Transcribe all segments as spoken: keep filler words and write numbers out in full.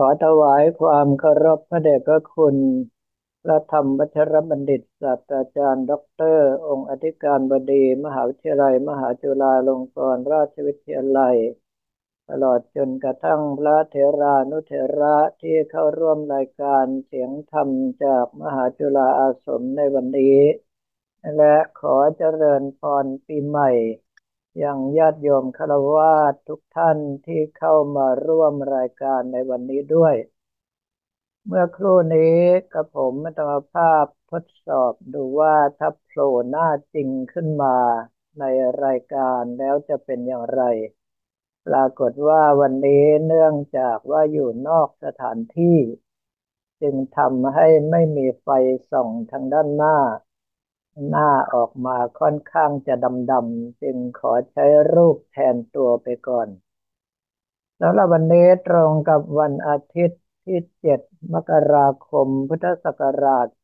อถวายความเคารพพระเดชพระคุณพระธรรมวัชรบัณฑิตศาสตราจารย์ด็อกเตอร์องค์อธิการบดีมหาวิทยาลัยมหาจุฬาลงกรณราชวิทยาลัยตลอดจนกระทั่งพระเถรานุเถระที่เข้าร่วมรายการเสียงธรรมจากมหาจุฬาอาสมในวันนี้และขอเจริญพรปีใหม่ยังญาติโยมฆราวาสทุกท่านที่เข้ามาร่วมรายการในวันนี้ด้วย เมื่อครู่นี้กระผมมัตมภาพทดสอบดูว่าถ้าโผล่หน้าจริงขึ้นมาในรายการแล้วจะเป็นอย่างไรปรากฏว่าวันนี้เนื่องจากว่าอยู่นอกสถานที่จึงทำให้ไม่มีไฟส่องทางด้านหน้าหน้าออกมาค่อนข้างจะดำๆจึงขอใช้รูปแทนตัวไปก่อน สำหรับวันนี้ตรงกับวันอาทิตย์ที่เจ็ดมกราคมพุทธศักราช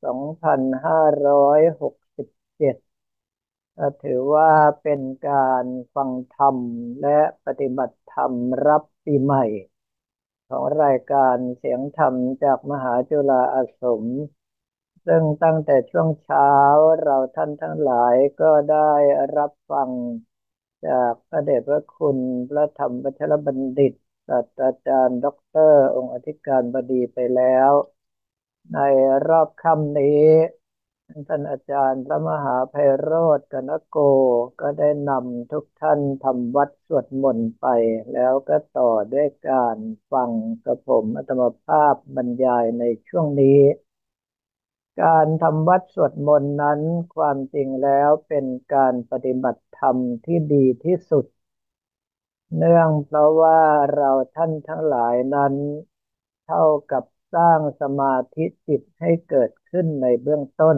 สองพันห้าร้อยหกสิบเจ็ดก็ถือว่าเป็นการฟังธรรมและปฏิบัติธรรมรับปีใหม่ของรายการเสียงธรรมจากมหาจุฬาอาสมซึ่งตั้งแต่ช่วงเช้าเราท่านทั้งหลายก็ได้รับฟังจากพระเดชพระคุณพระธรรมวัชรบัณฑิตศาสตราจารย์ด็อกเตอร์องค์อธิการบดีไปแล้วในรอบค่ำนี้ท่านอาจารย์พระมหาไพโรจน์กนโกก็ได้นำทุกท่านทำวัดสวดมนต์ไปแล้วก็ต่อด้วยการฟังกระผมอัตมภาพบรรยายในช่วงนี้ การทำวัดสวดมนต์นั้นความจริงแล้วเป็นการปฏิบัติธรรมที่ดีที่สุดเนื่องเพราะว่าเราท่านทั้งหลายนั้นเท่ากับสร้างสมาธิจิตให้เกิดขึ้นในเบื้องต้น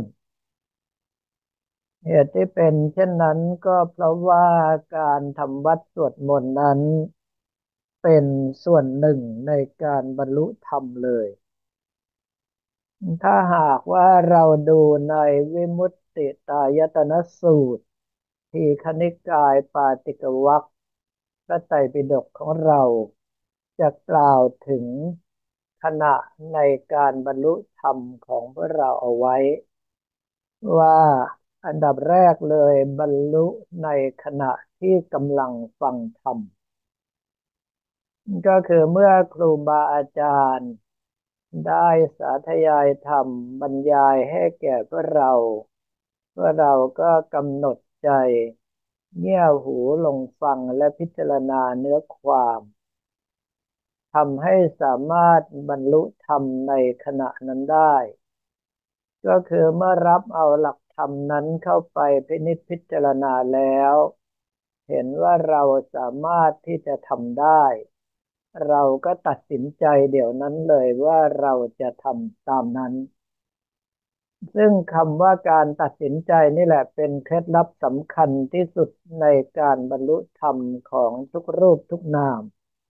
เหตุที่เป็นเช่นนั้นก็เพราะว่าการทำวัดสวดมนต์นั้นเป็นส่วนหนึ่งในการบรรลุธรรมเลย ถ้าหากว่าเราดูในวิมุตติตายตนะสูตรทีฆนิกายปาติกวรรคพระไตรปิฎกของเราจะกล่าวถึงขณะในการบรรลุธรรมของพวกเราเอาไว้ว่าอันดับแรกเลยบรรลุในขณะที่กำลังฟังธรรมก็คือเมื่อครูบาอาจารย์ ได้สาธยายธรรมบรรยายให้แก่พวกเราพวกเราก็กำหนดใจเงี่ยหูลงฟังและพิจารณาเนื้อความทำให้สามารถบรรลุธรรมในขณะนั้นได้ก็คือเมื่อรับเอาหลักธรรมนั้นเข้าไปพินิจพิจารณาแล้วเห็นว่าเราสามารถที่จะทำได้เราก็ตัดสินใจเดี๋ยวนั้นเลยว่าเราจะทำตามนั้น ซึ่งคำว่าการตัดสินใจนี่แหละเป็นเคล็ดลับสำคัญที่สุดในการบรรลุธรรมของทุกรูปทุกนาม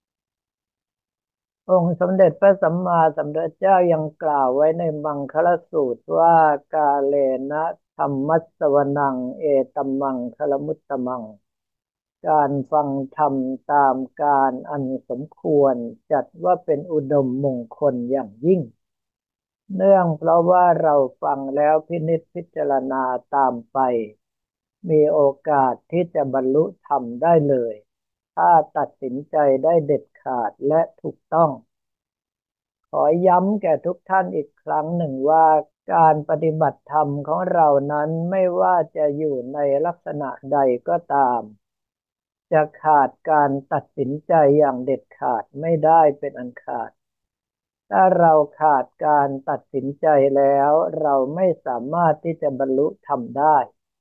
องค์สมเด็จพระสัมมาสัมพุทธเจ้ายังกล่าวไว้ในมังคลสูตรว่ากาเลนะธรรมัสสวนังเอตัมมังคลมุตตมังการฟังธรรมตามการอันสมควรจัดว่าเป็นอุดมมงคลอย่างยิ่ง เนื่องเพราะว่าเราฟังแล้วพินิจพิจารณาตามไปมีโอกาสที่จะบรรลุธรรมได้เลยถ้าตัดสินใจได้เด็ดขาดและถูกต้องขอย้ำแก่ทุกท่านอีกครั้งหนึ่งว่าการปฏิบัติธรรมของเรานั้นไม่ว่าจะอยู่ในลักษณะใดก็ตามจะขาดการตัดสินใจอย่างเด็ดขาดไม่ได้เป็นอันขาด ถ้าเราขาดการตัดสินใจแล้วเราไม่สามารถที่จะบรรลุธรรมได้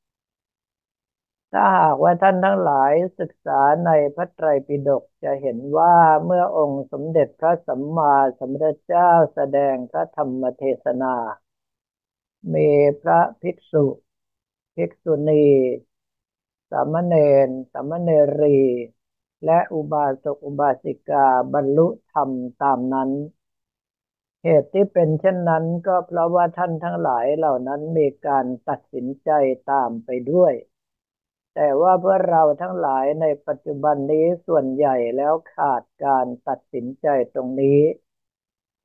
ถ้าหากว่าท่านทั้งหลายศึกษาในพระไตรปิฎกจะเห็นว่าเมื่อองค์สมเด็จพระสัมมาสัมพุทธเจ้าแสดงพระธรรมเทศนา มีพระภิกษุภิกษุณีสามเณรสามเณรีและอุบาสกอุบาสิกาบรรลุธรรมตามนั้น เหตุที่เป็นเช่นนั้นก็เพราะว่าท่านทั้งหลายเหล่านั้นมีการตัดสินใจตามไปด้วย แต่ว่าเพื่อเราทั้งหลายในปัจจุบันนี้ส่วนใหญ่แล้วขาดการตัดสินใจตรงนี้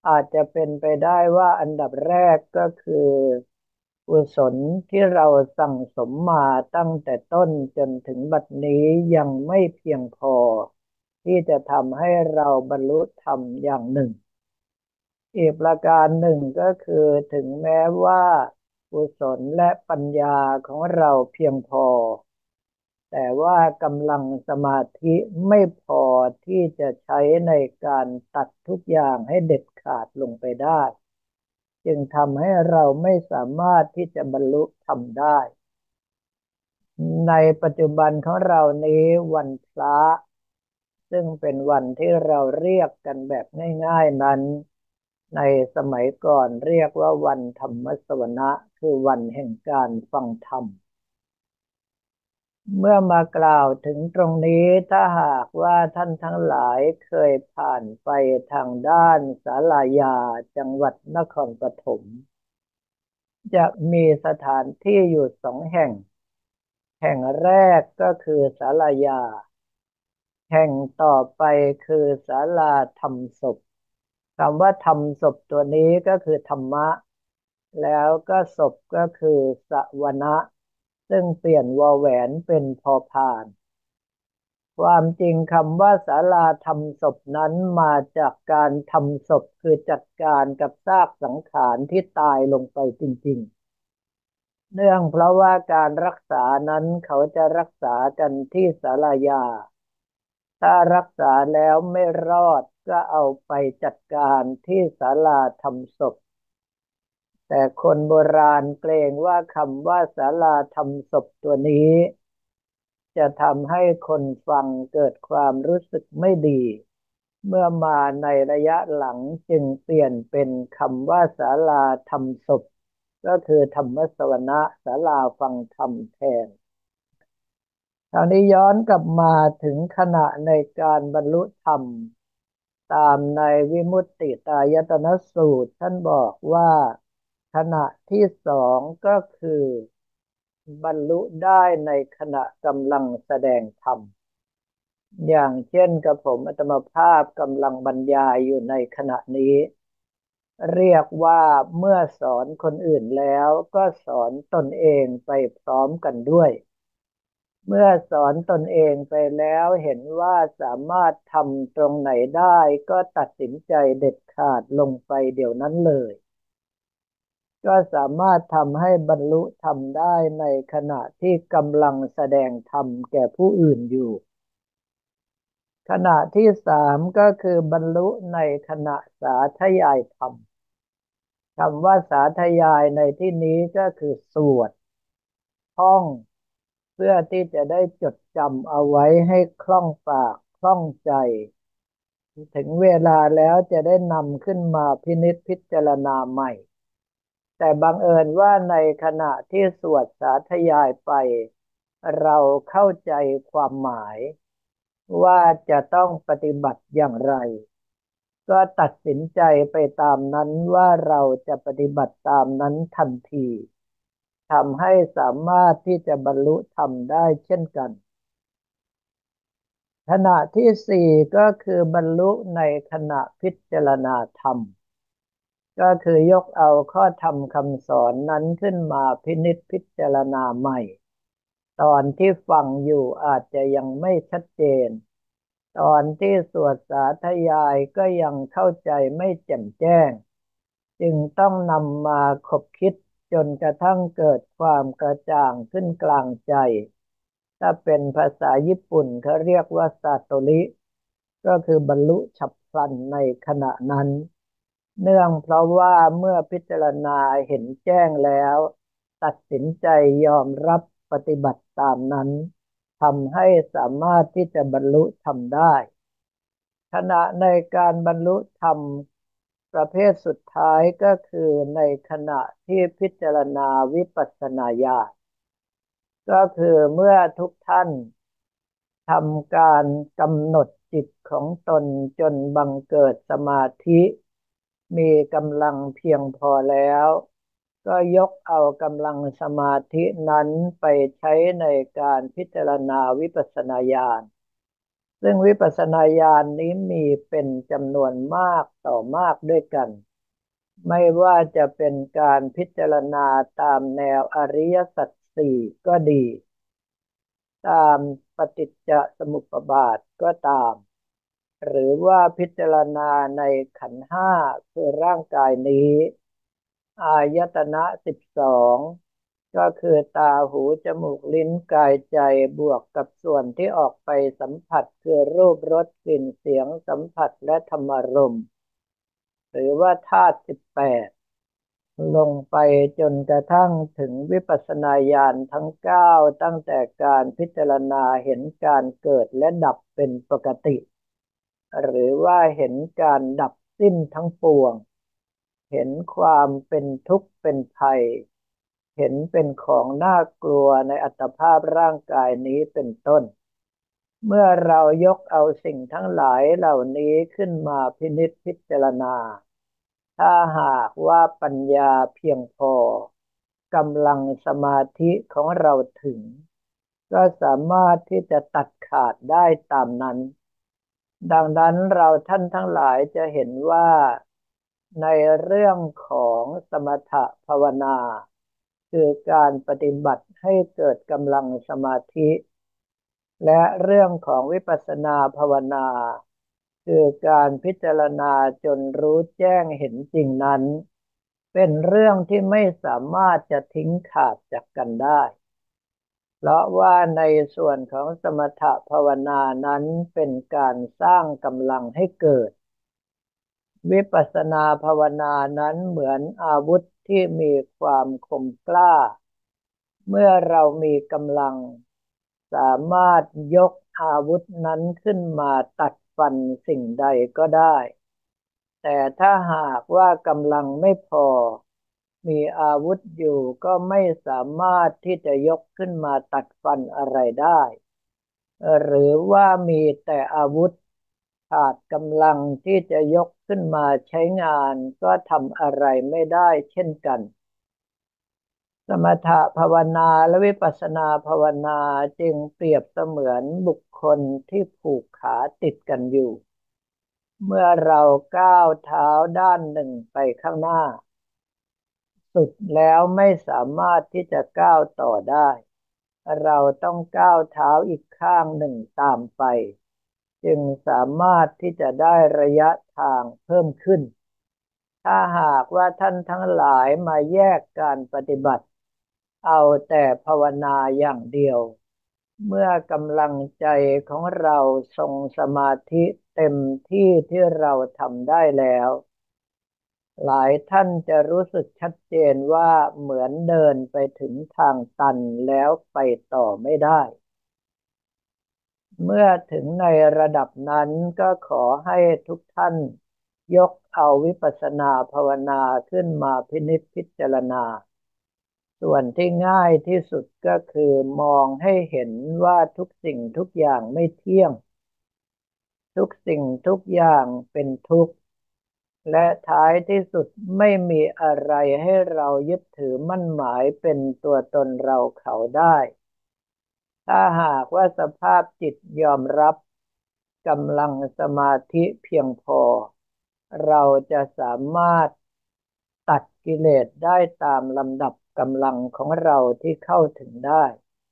อาจจะเป็นไปได้ว่าอันดับแรกก็คือกุศลที่เราสั่งสมมาตั้งแต่ต้นจนถึงบัดนี้ยังไม่เพียงพอที่จะทำให้เราบรรลุธรรมอย่างหนึ่งอีกประการหนึ่งก็คือถึงแม้ว่ากุศลและปัญญาของเราเพียงพอแต่ว่ากำลังสมาธิไม่พอที่จะใช้ในการตัดทุกอย่างให้เด็ดขาดลงไปได้จึงทำให้เราไม่สามารถที่จะบรรลุธรรมได้ในปัจจุบันของเรานี้วันพระซึ่งเป็นวันที่เราเรียกกันแบบง่ายๆนั้นในสมัยก่อนเรียกว่าวันธรรมสวนะคือวันแห่งการฟังธรรม เมื่อมากล่าวถึงตรงนี้ถ้าหากว่าท่านทั้งหลายเคยผ่านไปทางด้านศาลายาจังหวัดนครปฐมจะมีสถานที่อยู่สองแห่งแห่งแรกก็คือศาลายาแห่งต่อไปคือศาลาธรรมศพคำว่าธรรมศพตัวนี้ก็คือธรรมะแล้วก็ศพก็คือสวนะซึ่งเปลี่ยนวอแหวนเป็นพอพานความจริงคำว่าศาลาทำศพนั้นมาจากการทำศพคือจัดการกับซากสังขารที่ตายลงไปจริงๆเนื่องเพราะว่าการรักษานั้นเขาจะรักษากันที่ศาลายาถ้ารักษาแล้วไม่รอดก็เอาไปจัดการที่ศาลาทำศพแต่คนโบราณเกรงว่าคำว่าศาลาทำศพตัวนี้จะทำให้คนฟังเกิดความรู้สึกไม่ดีเมื่อมาในระยะหลังจึงเปลี่ยนเป็นคำว่าศาลาธรรมศพก็คือธรรมสวนะศาลาฟังธรรมแทนคราวนี้ย้อนกลับมาถึงขณะในการบรรลุธรรมตามในวิมุตติตายตนสูตรท่านบอกว่าขณะที่สองก็คือบรรลุได้ในขณะกำลังแสดงธรรมอย่างเช่นกับผมอาตมาภาพกำลังบรรยายอยู่ในขณะนี้เรียกว่าเมื่อสอนคนอื่นแล้วก็สอนตนเองไปพร้อมกันด้วยเมื่อสอนตนเองไปแล้วเห็นว่าสามารถทำตรงไหนได้ก็ตัดสินใจเด็ดขาดลงไปเดี๋ยวนั้นเลยก็สามารถทำให้บรรลุธรรมได้ในขณะที่กำลังแสดงธรรมแก่ผู้อื่นอยู่ขณะที่สามก็คือบรรลุในขณะสาธยายธรรมคำว่าสาธยายในที่นี้ก็คือสวดท่องเพื่อที่จะได้จดจำเอาไว้ให้คล่องปากคล่องใจถึงเวลาแล้วจะได้นำขึ้นมาพินิจพิจารณาใหม่แต่บังเอิญว่าในขณะที่สวดสาธยายไปเราเข้าใจความหมายว่าจะต้องปฏิบัติอย่างไรก็ตัดสินใจไปตามนั้นว่าเราจะปฏิบัติตามนั้นทันทีทำให้สามารถที่จะบรรลุธรรมได้เช่นกันขณะที่สี่ก็คือบรรลุในขณะพิจารณาธรรมก็คือยกเอาข้อธรรมคำสอนนั้นขึ้นมาพินิจพิจารณาใหม่ตอนที่ฟังอยู่อาจจะยังไม่ชัดเจนตอนที่สวดสาธยายก็ยังเข้าใจไม่แจ่มแจ้งจึงต้องนำมาคบคิดจนกระทั่งเกิดความกระจ่างขึ้นกลางใจถ้าเป็นภาษาญี่ปุ่นเขาเรียกว่าซาโตริก็คือบรรลุฉับพลันในขณะนั้นเนื่องเพราะว่าเมื่อพิจารณาเห็นแจ้งแล้วตัดสินใจยอมรับปฏิบัติตามนั้นทำให้สามารถที่จะบรรลุทำได้ขณะในการบรรลุธรรมประเภทสุดท้ายก็คือในขณะที่พิจารณาวิปัสสนาญาณก็คือเมื่อทุกท่านทำการกำหนดจิตของตนจนบังเกิดสมาธิมีกำลังเพียงพอแล้วก็ยกเอากำลังสมาธินั้นไปใช้ในการพิจารณาวิปัสสนาญาณซึ่งวิปัสสนาญาณนี้มีเป็นจำนวนมากต่อมากด้วยกันไม่ว่าจะเป็นการพิจารณาตามแนวอริยสัจสี่ก็ดีตามปฏิจจสมุปบาทก็ตามหรือว่าพิจารณาในขันธ์ห้าคือร่างกายนี้อายตนะสิบสองก็คือตาหูจมูกลิ้นกายใจบวกกับส่วนที่ออกไปสัมผัสคือรูปรสกลิ่นเสียงสัมผัสและธรรมารมณ์หรือว่าธาตุสิบแปดลงไปจนกระทั่งถึงวิปัสสนาญาณทั้งเก้าตั้งแต่การพิจารณาเห็นการเกิดและดับเป็นปกติหรือว่าเห็นการดับสิ้นทั้งปวงเห็นความเป็นทุกข์เป็นภัยเห็นเป็นของน่ากลัวในอัตภาพร่างกายนี้เป็นต้นเมื่อเรายกเอาสิ่งทั้งหลายเหล่านี้ขึ้นมาพินิจพิจารณาถ้าหากว่าปัญญาเพียงพอกำลังสมาธิของเราถึงก็สามารถที่จะตัดขาดได้ตามนั้นดังนั้นเราท่านทั้งหลายจะเห็นว่าในเรื่องของสมถภาวนาคือการปฏิบัติให้เกิดกำลังสมาธิและเรื่องของวิปัสสนาภาวนาคือการพิจารณาจนรู้แจ้งเห็นจริงนั้นเป็นเรื่องที่ไม่สามารถจะทิ้งขาดจากกันได้เพราะว่าในส่วนของสมถภาวนานั้นเป็นการสร้างกำลังให้เกิดวิปัสสนาภาวนานั้นเหมือนอาวุธที่มีความคมกล้าเมื่อเรามีกำลังสามารถยกอาวุธนั้นขึ้นมาตัดฟันสิ่งใดก็ได้แต่ถ้าหากว่ากำลังไม่พอมีอาวุธอยู่ก็ไม่สามารถที่จะยกขึ้นมาตัดฟันอะไรได้หรือว่ามีแต่อาวุธขาดกำลังที่จะยกขึ้นมาใช้งานก็ทำอะไรไม่ได้เช่นกันสมถภาวนาและวิปัสสนาภาวนาจึงเปรียบเสมือนบุคคลที่ผูกขาติดกันอยู่เมื่อเราก้าวเท้าด้านหนึ่งไปข้างหน้าสุดแล้วไม่สามารถที่จะก้าวต่อได้เราต้องก้าวเท้าอีกข้างหนึ่งตามไปจึงสามารถที่จะได้ระยะทางเพิ่มขึ้นถ้าหากว่าท่านทั้งหลายมาแยกการปฏิบัติเอาแต่ภาวนาอย่างเดียวเมื่อกำลังใจของเราทรงสมาธิเต็มที่ที่เราทำได้แล้วหลายท่านจะรู้สึกชัดเจนว่าเหมือนเดินไปถึงทางตันแล้วไปต่อไม่ได้เมื่อถึงในระดับนั้นก็ขอให้ทุกท่านยกเอาวิปัสสนาภาวนาขึ้นมาพินิจพิจารณาส่วนที่ง่ายที่สุดก็คือมองให้เห็นว่าทุกสิ่งทุกอย่างไม่เที่ยงทุกสิ่งทุกอย่างเป็นทุกข์และท้ายที่สุดไม่มีอะไรให้เรายึดถือมั่นหมายเป็นตัวตนเราเขาได้ถ้าหากว่าสภาพจิตยอมรับกำลังสมาธิเพียงพอเราจะสามารถตัดกิเลสได้ตามลำดับกำลังของเราที่เข้าถึงได้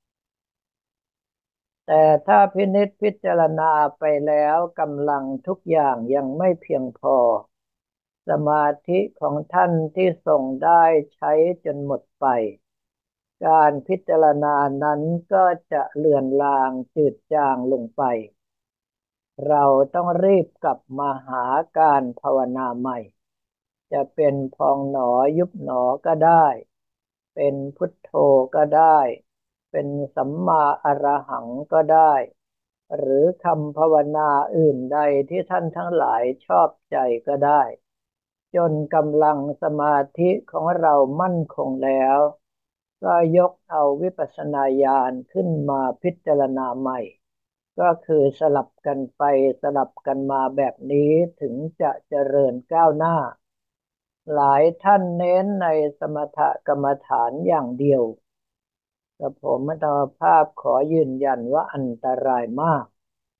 แต่ถ้าพินิจพิจารณาไปแล้วกำลังทุกอย่างยังไม่เพียงพอสมาธิของท่านที่ทรงได้ใช้จนหมดไปการพิจารณานั้นก็จะเลือนลางจืดจางลงไปเราต้องรีบกลับมาหาการภาวนาใหม่จะเป็นพองหนอยุบหนอก็ได้เป็นพุทโธก็ได้เป็นสัมมาอรหังก็ได้หรือคำภาวนาอื่นใดที่ท่านทั้งหลายชอบใจก็ได้จนกำลังสมาธิของเรามั่นคงแล้วก็ยกเอาวิปัสสนาญาณขึ้นมาพิจารณาใหม่ก็คือสลับกันไปสลับกันมาแบบนี้ถึงจะเจริญก้าวหน้าหลายท่านเน้นในสมถกรรมฐานอย่างเดียวแต่ผมอัตมาภาพขอยืนยันว่าอันตรายมาก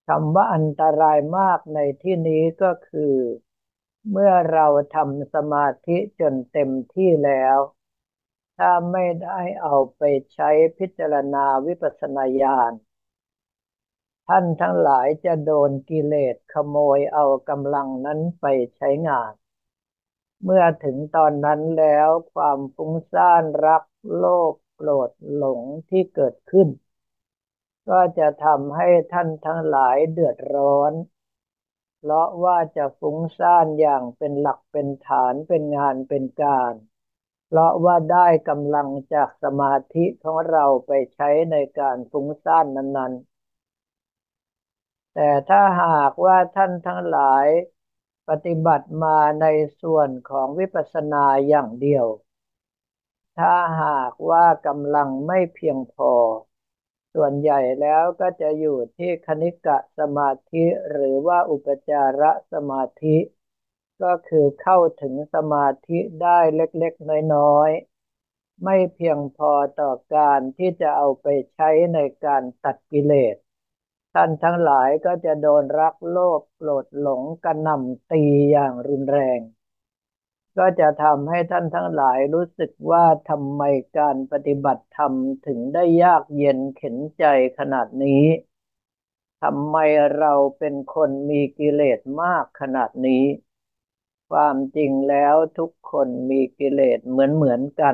คำว่าอันตรายมากในที่นี้ก็คือเมื่อเราทำสมาธิจนเต็มที่แล้วถ้าไม่ได้เอาไปใช้พิจารณาวิปัสสนาญาณท่านทั้งหลายจะโดนกิเลสขโมยเอากำลังนั้นไปใช้งานเมื่อถึงตอนนั้นแล้วความฟุ้งซ่านรักโลภโกรธหลงที่เกิดขึ้นก็จะทำให้ท่านทั้งหลายเดือดร้อน เพราะว่าจะฟุ้งซ่านอย่างเป็นหลักเป็นฐานเป็นงานเป็นการเพราะว่าได้กำลังจากสมาธิของเราไปใช้ในการฟุ้งซ่านนั้นๆแต่ถ้าหากว่าท่านทั้งหลายปฏิบัติมาในส่วนของวิปัสสนาอย่างเดียวถ้าหากว่ากำลังไม่เพียงพอส่วนใหญ่แล้วก็จะอยู่ที่คณิกะสมาธิหรือว่าอุปจารสมาธิ ก็คือเข้าถึงสมาธิได้เล็กๆน้อยๆไม่เพียงพอต่อการที่จะเอาไปใช้ในการตัดกิเลสท่านทั้งหลายก็จะโดนรักโลภโกรธหลงกระหน่ำตีอย่างรุนแรงก็จะทำให้ท่านทั้งหลายรู้สึกว่าทำไมการปฏิบัติธรรมถึงได้ยากเย็นเข็ญใจขนาดนี้ทำไมเราเป็นคนมีกิเลสมากขนาดนี้ ความจริงแล้วทุกคนมีกิเลสเหมือนเหมือนกัน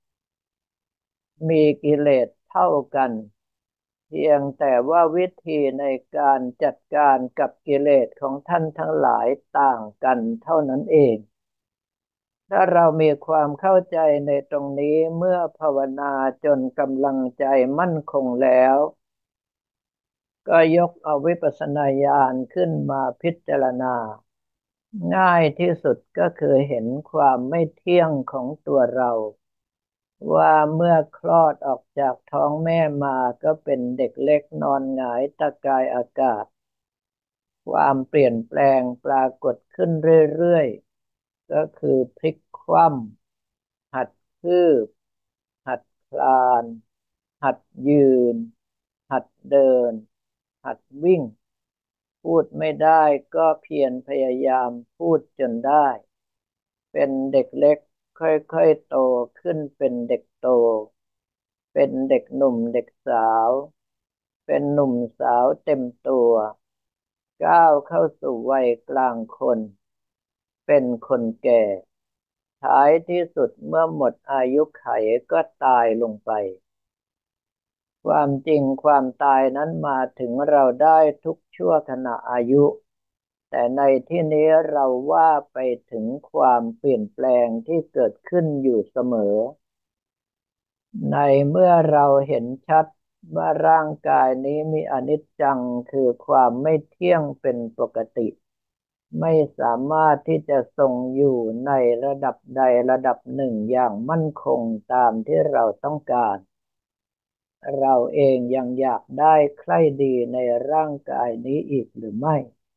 มีกิเลสเท่ากัน เพียงแต่ว่าวิธีในการจัดการกับกิเลสของท่านทั้งหลายต่างกันเท่านั้นเอง ถ้าเรามีความเข้าใจในตรงนี้เมื่อภาวนาจนกำลังใจมั่นคงแล้ว ก็ยกเอาวิปัสสนาญาณขึ้นมาพิจารณา ง่ายที่สุดก็คือเห็นความไม่เที่ยงของตัวเราว่าเมื่อคลอดออกจากท้องแม่มาก็เป็นเด็กเล็กนอนหงายตะกายอากาศความเปลี่ยนแปลงปรากฏขึ้นเรื่อยๆก็คือพลิกคว่ำหัดคืบหัดคลานหัดยืนหัดเดินหัดวิ่งพูดไม่ได้ก็เพียรพยายามพูดจนได้ เป็นเด็กเล็กค่อยๆโตขึ้นเป็นเด็กโต เป็นเด็กหนุ่มเด็กสาว เป็นหนุ่มสาวเต็มตัวก้าวเข้าสู่วัยกลางคน เป็นคนแก่ ท้ายที่สุดเมื่อหมดอายุไขก็ตายลงไป ความจริงความตายนั้นมาถึงเราได้ทุกชั่วขณะอายุ แต่ในที่นี้เราว่าไปถึงความเปลี่ยนแปลงที่เกิดขึ้นอยู่เสมอ ในเมื่อเราเห็นชัดว่าร่างกายนี้มีอนิจจังคือความไม่เที่ยงเป็นปกติ ไม่สามารถที่จะทรงอยู่ในระดับใดระดับหนึ่งอย่างมั่นคงตามที่เราต้องการ เราเองยังอยากได้ใคร่ดีในร่างกายนี้อีกหรือไม่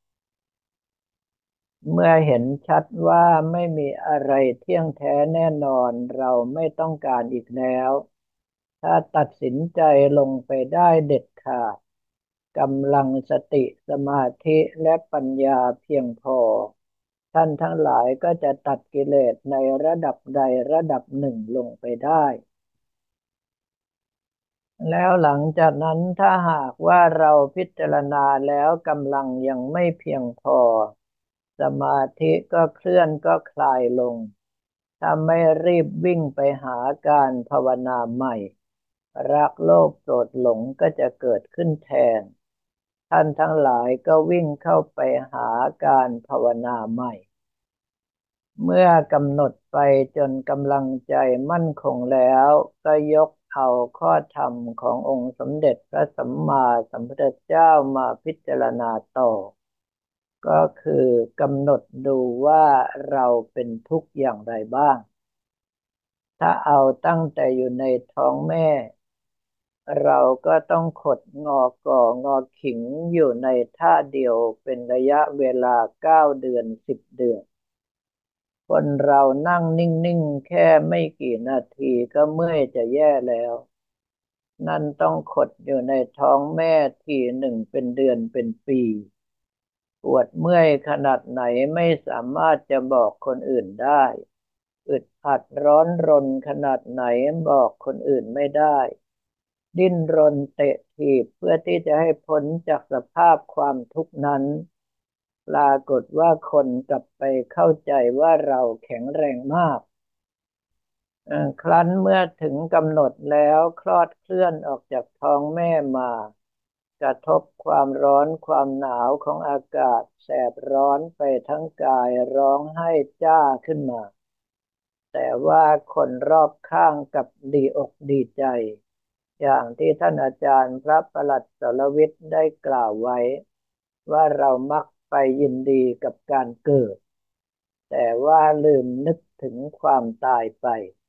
เมื่อเห็นชัดว่าไม่มีอะไรเที่ยงแท้แน่นอนเราไม่ต้องการอีกแล้ว ถ้าตัดสินใจลงไปได้เด็ดขาดกำลังสติสมาธิและปัญญาเพียงพอท่านทั้งหลายก็จะตัดกิเลสในระดับใดระดับหนึ่งลงไปได้ แล้วหลังจากนั้นถ้าหากว่าเราพิจารณาแล้วกำลังยังไม่เพียงพอสมาธิก็เคลื่อนก็คลายลงถ้าไม่รีบวิ่งไปหาการภาวนาใหม่รักโลภโกรธหลงก็จะเกิดขึ้นแทนท่านทั้งหลายก็วิ่งเข้าไปหาการภาวนาใหม่เมื่อกำหนดไปจนกำลังใจมั่นคงแล้วก็ยกเอาข้อธรรมขององค์สมเด็จพระสัมมาสัมพุทธเจ้ามาพิจารณาต่อก็คือกำหนดดูว่าเราเป็นทุกข์อย่างไรบ้างถ้าเอาตั้งแต่อยู่ในท้องแม่เราก็ต้องขดงอก่องอขิงอยู่ในท่าเดียวเป็นระยะเวลาเก้าเดือนสิบเดือนคนเรานั่งนิ่งๆแค่ไม่กี่นาทีก็เมื่อยจะแย่แล้วนั่นต้องขดอยู่ในท้องแม่ทีหนึ่งเป็นเดือนเป็นปีปวดเมื่อยขนาดไหนไม่สามารถจะบอกคนอื่นได้อึดอัดร้อนรนขนาดไหนบอกคนอื่นไม่ได้ดิ้นรนเตะถีบเพื่อที่จะให้พ้นจากสภาพความทุกข์นั้นปรากฏว่าคนกลับไปเข้าใจว่าเราแข็งแรงมาก เอ่อครั้นเมื่อถึงกำหนดแล้วคลอดเคลื่อนออกจากท้องแม่มากระทบความร้อนความหนาวของอากาศแสบร้อนไปทั้งกายร้องไห้จ้าขึ้นมาแต่ว่าคนรอบข้างกับดีอกดีใจอย่างที่ท่านอาจารย์พระประหลัดสรวิทย์ได้กล่าวไว้ว่าเรามักไปยินดีกับการเกิดแต่ว่าลืมนึกถึงความตายไป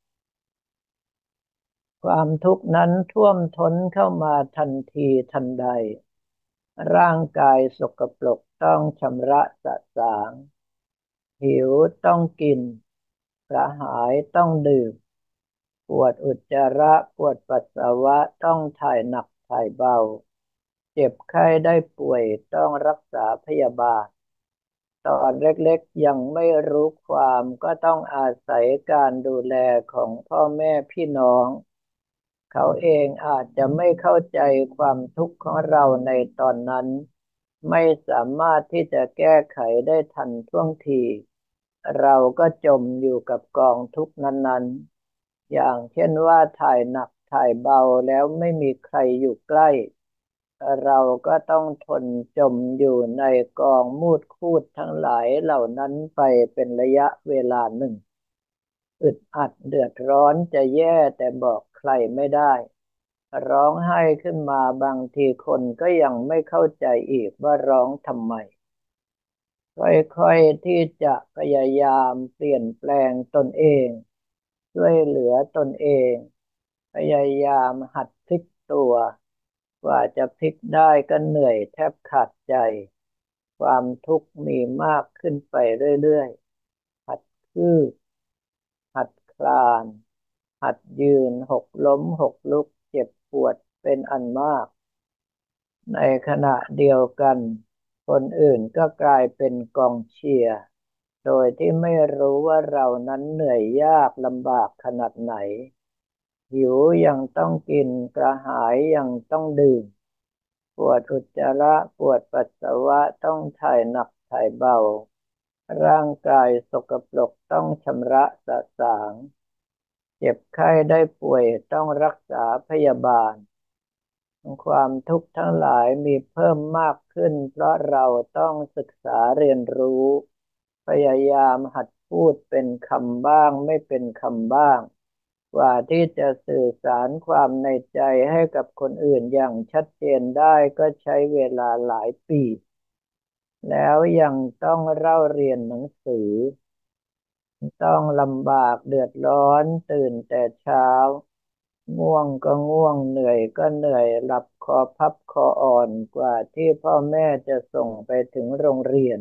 ความทุกข์นั้นท่วมท้นเข้ามาทันทีทันใดร่างกายสกปรกต้องชำระสะสางหิวต้องกินกระหายต้องดื่มปวดอุจจาระปวดปัสสาวะต้องถ่ายหนักถ่ายเบาเจ็บไข้ได้ป่วยต้องรักษาพยาบาลตอนเล็กๆยังไม่รู้ความก็ต้องอาศัยการดูแลของพ่อแม่พี่น้อง เขาเองอาจจะไม่เข้าใจความทุกข์ของเราในตอนนั้นไม่สามารถที่จะแก้ไขได้ทันท่วงทีเราก็จมอยู่กับกองทุกข์นั้นๆอย่างเช่นว่าถ่ายหนักถ่ายเบาแล้วไม่มีใครอยู่ใกล้เราก็ต้องทนจมอยู่ในกองมูดคูดทั้งหลายเหล่านั้นไปเป็นระยะเวลาหนึ่งอึดอัดเดือดร้อนจะแย่แต่บอกใครไม่ได้ ร้องไห้ขึ้นมาบางทีคนก็ยังไม่เข้าใจอีกว่าร้องทำไมค่อยๆที่จะพยายามเปลี่ยนแปลงตนเองช่วยเหลือตนเองพยายามหัดพลิกตัวกว่าจะพลิกได้ก็เหนื่อยแทบขาดใจความทุกข์มีมากขึ้นไปเรื่อยๆหัดคืบหัดคลานหัดยืนหกล้มหกลุกเจ็บปวดเป็นอันมาก ในขณะเดียวกันคนอื่นก็กลายเป็นกองเชียร์โดยที่ไม่รู้ว่าเรานั้นเหนื่อยยากลำบากขนาดไหนหิวยังต้องกินกระหายยังต้องดื่มปวดอุจจาระปวดปัสสาวะต้องถ่ายหนักถ่ายเบาร่างกายสกปรกต้องชำระสะสางเจ็บไข้ได้ป่วยต้องรักษาพยาบาล ความทุกข์ทั้งหลายมีเพิ่มมากขึ้นเพราะเราต้องศึกษาเรียนรู้พยายามหัดพูดเป็นคำบ้างไม่เป็นคำบ้างกว่าที่จะสื่อสารความในใจให้กับคนอื่นอย่างชัดเจนได้ก็ใช้เวลาหลายปีแล้วยังต้องเล่าเรียนหนังสือ ต้องลำบากเดือดร้อนตื่นแต่เช้าง่วงก็ง่วงเหนื่อยก็เหนื่อยหลับคอพับคออ่อนกว่าที่พ่อแม่จะส่งไปถึงโรงเรียน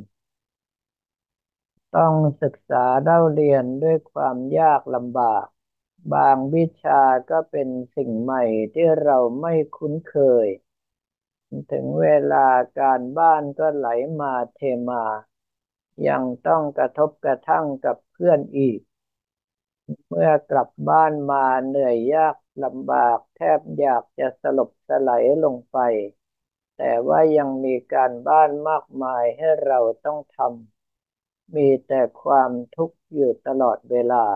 ต้องศึกษาเล่าเรียนด้วยความยากลำบากบางวิชาก็เป็นสิ่งใหม่ที่เราไม่คุ้นเคยถึงเวลาการบ้านก็ไหลมาเทมายังต้องกระทบกระทั่งกับเพื่อนอีก เมื่อกลับบ้านมาเหนื่อยยากลำบากแทบอยากจะสลบสลายลงไปแต่ว่ายังมีการบ้านมากมายให้เราต้องทำมีแต่ความทุกข์อยู่ตลอดเวลา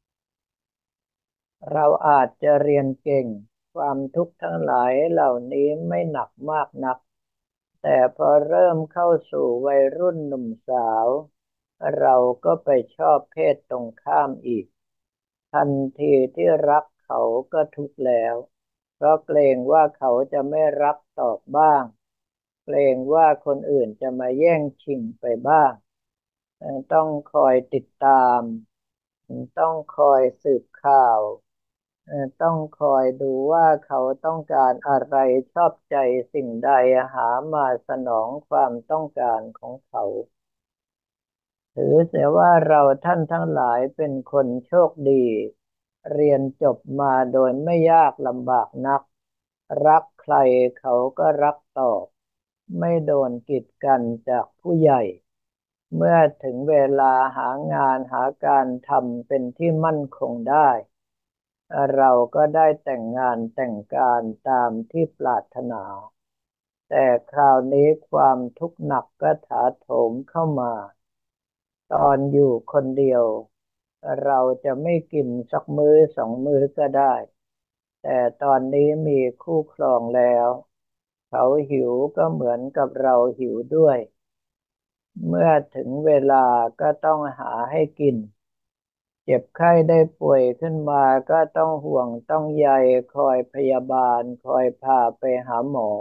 เราอาจจะเรียนเก่งความทุกข์ทั้งหลายเหล่านี้ไม่หนักมากนักแต่พอเริ่มเข้าสู่วัยรุ่นหนุ่มสาวเราก็ไปชอบเพศตรงข้ามอีก ทันทีที่รักเขาก็ทุกข์แล้วเพราะเกรงว่าเขาจะไม่รักตอบบ้างเกรงว่าคนอื่นจะมาแย่งชิงไปบ้างเอ่อต้องคอยติดตามต้องคอยสืบข่าวเอ่อต้องคอยดูว่าเขาต้องการอะไรชอบใจสิ่งใดหามาสนองความต้องการของเขา ถือเสียว่าเราท่านทั้งหลายเป็นคนโชคดีเรียนจบมาโดยไม่ยากลำบากนักรักใครเขาก็รักตอบไม่โดนกีดกันจากผู้ใหญ่เมื่อถึงเวลาหางานหาการทำเป็นที่มั่นคงได้เราก็ได้แต่งงานแต่งการตามที่ปรารถนาแต่คราวนี้ความทุกข์หนักก็ถาโถมเข้ามาตอนอยู่คนเดียวเราจะไม่กินสักมื้อสองมื้อก็ได้แต่ตอนนี้มีคู่ครองแล้วเขาหิวก็เหมือนกับเราหิวด้วยเมื่อถึงเวลาก็ต้องหาให้กินเจ็บไข้ได้ป่วยขึ้นมาก็ต้องห่วงต้องใยคอยพยาบาลคอยพาไปหาหมอ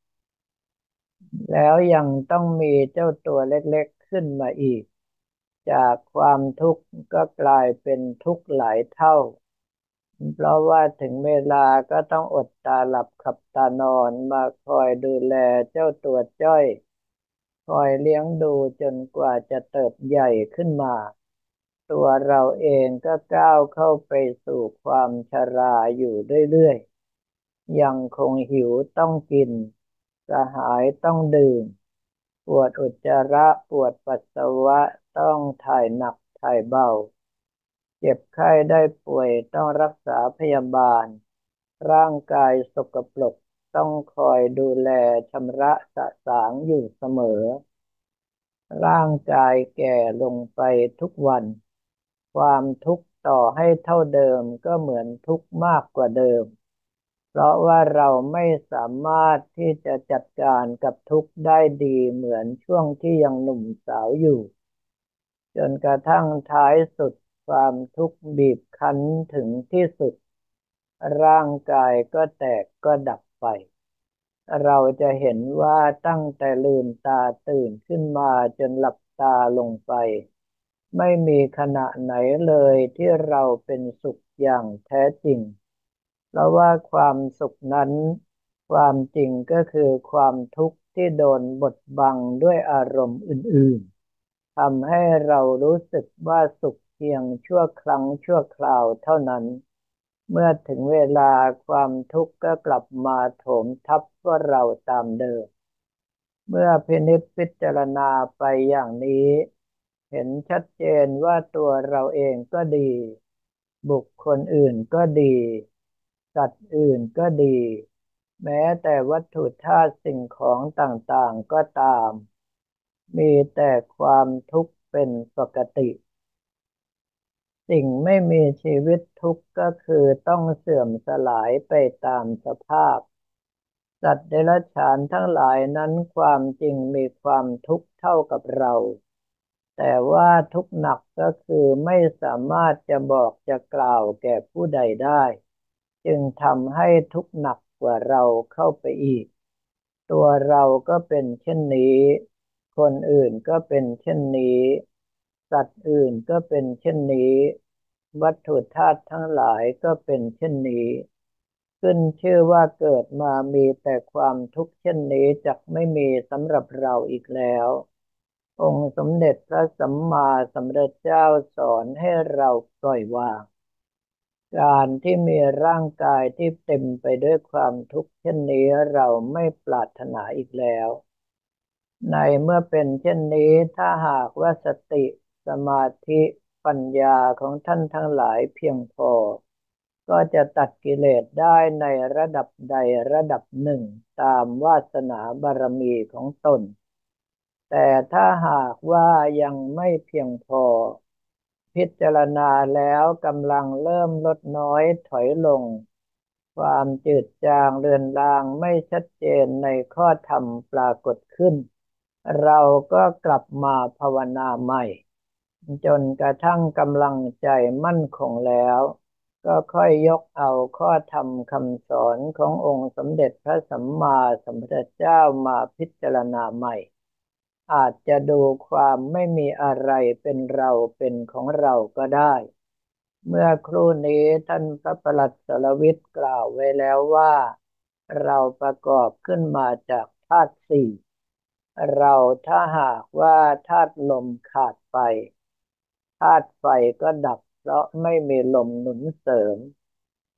แล้วยังต้องมีเจ้าตัวเล็กๆขึ้นมาอีกจากความทุกข์ก็กลายเป็นทุกข์หลายเท่า เพราะว่าถึงเวลาก็ต้องอดตาหลับขับตานอนมาคอยดูแลเจ้าตัวจ้อยคอยเลี้ยงดูจนกว่าจะเติบใหญ่ขึ้นมาตัวเราเองก็ก้าวเข้าไปสู่ความชราอยู่เรื่อยๆยังคงหิวต้องกินกระหายต้องดื่มปวดอุจจาระปวดปัสสาวะต้องถ่ายหนักถ่ายเบา เจ็บไข้ได้ป่วยต้องรักษาพยาบาลร่างกายสกปรกต้องคอยดูแลชำระสะสางอยู่เสมอร่างกายแก่ลงไปทุกวันความทุกข์ต่อให้เท่าเดิมก็เหมือนทุกข์มากกว่าเดิมเพราะว่าเราไม่สามารถที่จะจัดการกับทุกข์ได้ดีเหมือนช่วงที่ยังหนุ่มสาวอยู่ จนกระทั่งท้ายสุดความทุกข์บีบคั้นถึงที่สุดร่างกายก็แตกก็ดับไปเราจะเห็นว่าตั้งแต่ลืมตาตื่นขึ้นมาจนหลับตาลงไปไม่มีขณะไหนเลยที่เราเป็นสุขอย่างแท้จริงเพราะว่าความสุขนั้นความจริงก็คือความทุกข์ที่โดนบดบังด้วยอารมณ์อื่นๆ ทำให้เรารู้สึกว่าสุขเพียงชั่วครั้งชั่วคราวเท่านั้น เมื่อถึงเวลาความทุกข์ก็กลับมาโถมทับพวกเราตามเดิม เมื่อพินิจพิจารณาไปอย่างนี้เห็นชัดเจนว่าตัวเราเองก็ดีบุคคลอื่นก็ดีสัตว์อื่นก็ดีแม้แต่วัตถุธาตุสิ่งของต่างๆก็ตามมีแต่ความทุกข์เป็นปกติสิ่งไม่มีชีวิตทุกข์ก็คือต้องเสื่อมสลายไปตามสภาพ สัตว์เดรัจฉานทั้งหลายนั้นความจริงมีความทุกข์เท่ากับเราแต่ว่าทุกข์หนักก็คือไม่สามารถจะบอกจะกล่าวแก่ผู้ใดได้จึงทำให้ทุกข์หนักกว่าเราเข้าไปอีกตัวเราก็เป็นเช่นนี้คนอื่นก็เป็นเช่นนี้สัตว์อื่นก็เป็นเช่นนี้วัตถุธาตุทั้งหลายก็เป็นเช่นนี้ ขึ้นชื่อว่าเกิดมามีแต่ความทุกข์เช่นนี้จักไม่มีสำหรับเราอีกแล้วองค์สมเด็จพระสัมมาสัมพุทธเจ้าสอนให้เราปล่อยวางการที่มีร่างกายที่เต็มไปด้วยความทุกข์เช่นนี้เราไม่ปรารถนาอีกแล้วในเมื่อเป็นเช่นนี้ถ้าหากว่าสติสมาธิปัญญาของท่านทั้งหลายเพียงพอ ก็จะตัดกิเลสได้ในระดับใดระดับหนึ่งตามวาสนาบารมีของตน แต่ถ้าหากว่ายังไม่เพียงพอพิจารณาแล้วกำลังเริ่มลดน้อยถอยลงความจืดจางเลือนลางไม่ชัดเจนในข้อธรรมปรากฏขึ้นเราก็กลับมาภาวนาใหม่จนกระทั่งกำลังใจมั่นคงแล้วก็ค่อยยกเอาข้อธรรมคำสอนขององค์สมเด็จพระสัมมาสัมพุทธเจ้ามาพิจารณาใหม่ อาจจะดูความไม่มีอะไรเป็นเราเป็นของเราก็ได้ เมื่อครู่นี้ท่านพระประหลัดสรวิทย์กล่าวไว้แล้วว่าเราประกอบขึ้นมาจากธาตุสี่เราถ้าหากว่าธาตุลมขาดไปธาตุไฟก็ดับเพราะไม่มีลมหนุนเสริม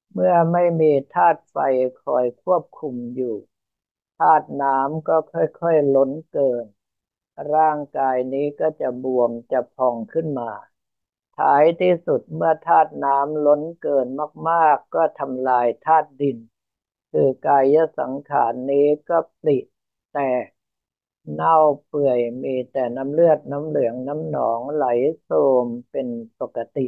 เมื่อไม่มีธาตุไฟคอยควบคุมอยู่ธาตุน้ำก็ค่อยๆล้นเกินร่างกายนี้ก็จะบวมจะพองขึ้นมาท้ายที่สุดเมื่อธาตุน้ำล้นเกินมากๆก็ทำลายธาตุดินคือกายสังขารนี้ก็ปริแตกเน่าเปื่อยมีแต่น้ำเลือดน้ำเหลืองน้ำหนองไหลโสมเป็นปกติ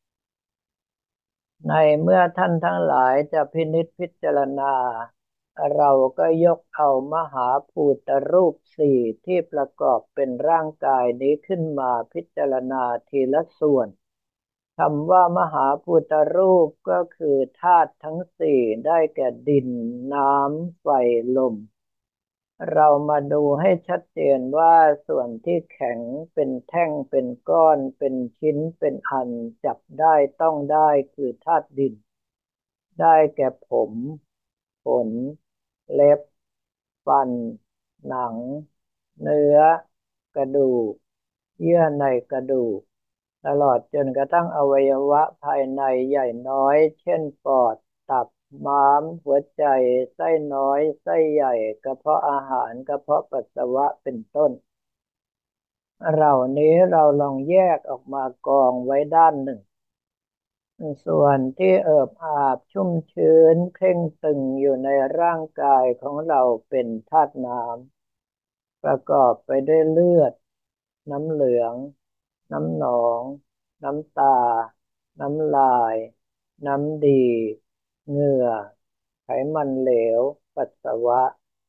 ในเมื่อท่านทั้งหลายจะพินิจพิจารณาเราก็ยกเอามหาภูตรูปสี่ที่ประกอบเป็นร่างกายนี้ขึ้นมาพิจารณาทีละส่วนคำว่ามหาภูตรูปก็คือธาตุทั้งสี่ได้แก่ดินน้ำไฟลม เรามาดูให้ชัดเจนว่าส่วนที่แข็งเป็นแท่งเป็นก้อนเป็นชิ้นเป็นอันจับได้ต้องได้คือธาตุดินได้แก่ผมขนเล็บฟันหนังเนื้อกระดูกเยื่อในกระดูกตลอดจนกระทั่งอวัยวะภายในใหญ่น้อยเช่นปอดตับม้ามหัวใจไส้น้อยไส้ใหญ่กระเพาะอาหารกระเพาะปัสสาวะเป็นต้นเหล่านี้เราลองแยกออกมากองไว้ด้านหนึ่งส่วนที่เอิบอาบชุ่มชื้นเคร่งตึงอยู่ในร่างกายของเราเป็นธาตุน้ำประกอบไปด้วยเลือดน้ำเหลืองน้ำหนองน้ำตาน้ำลายน้ำดีเหงื่อไขมันเหลวปัสสาวะ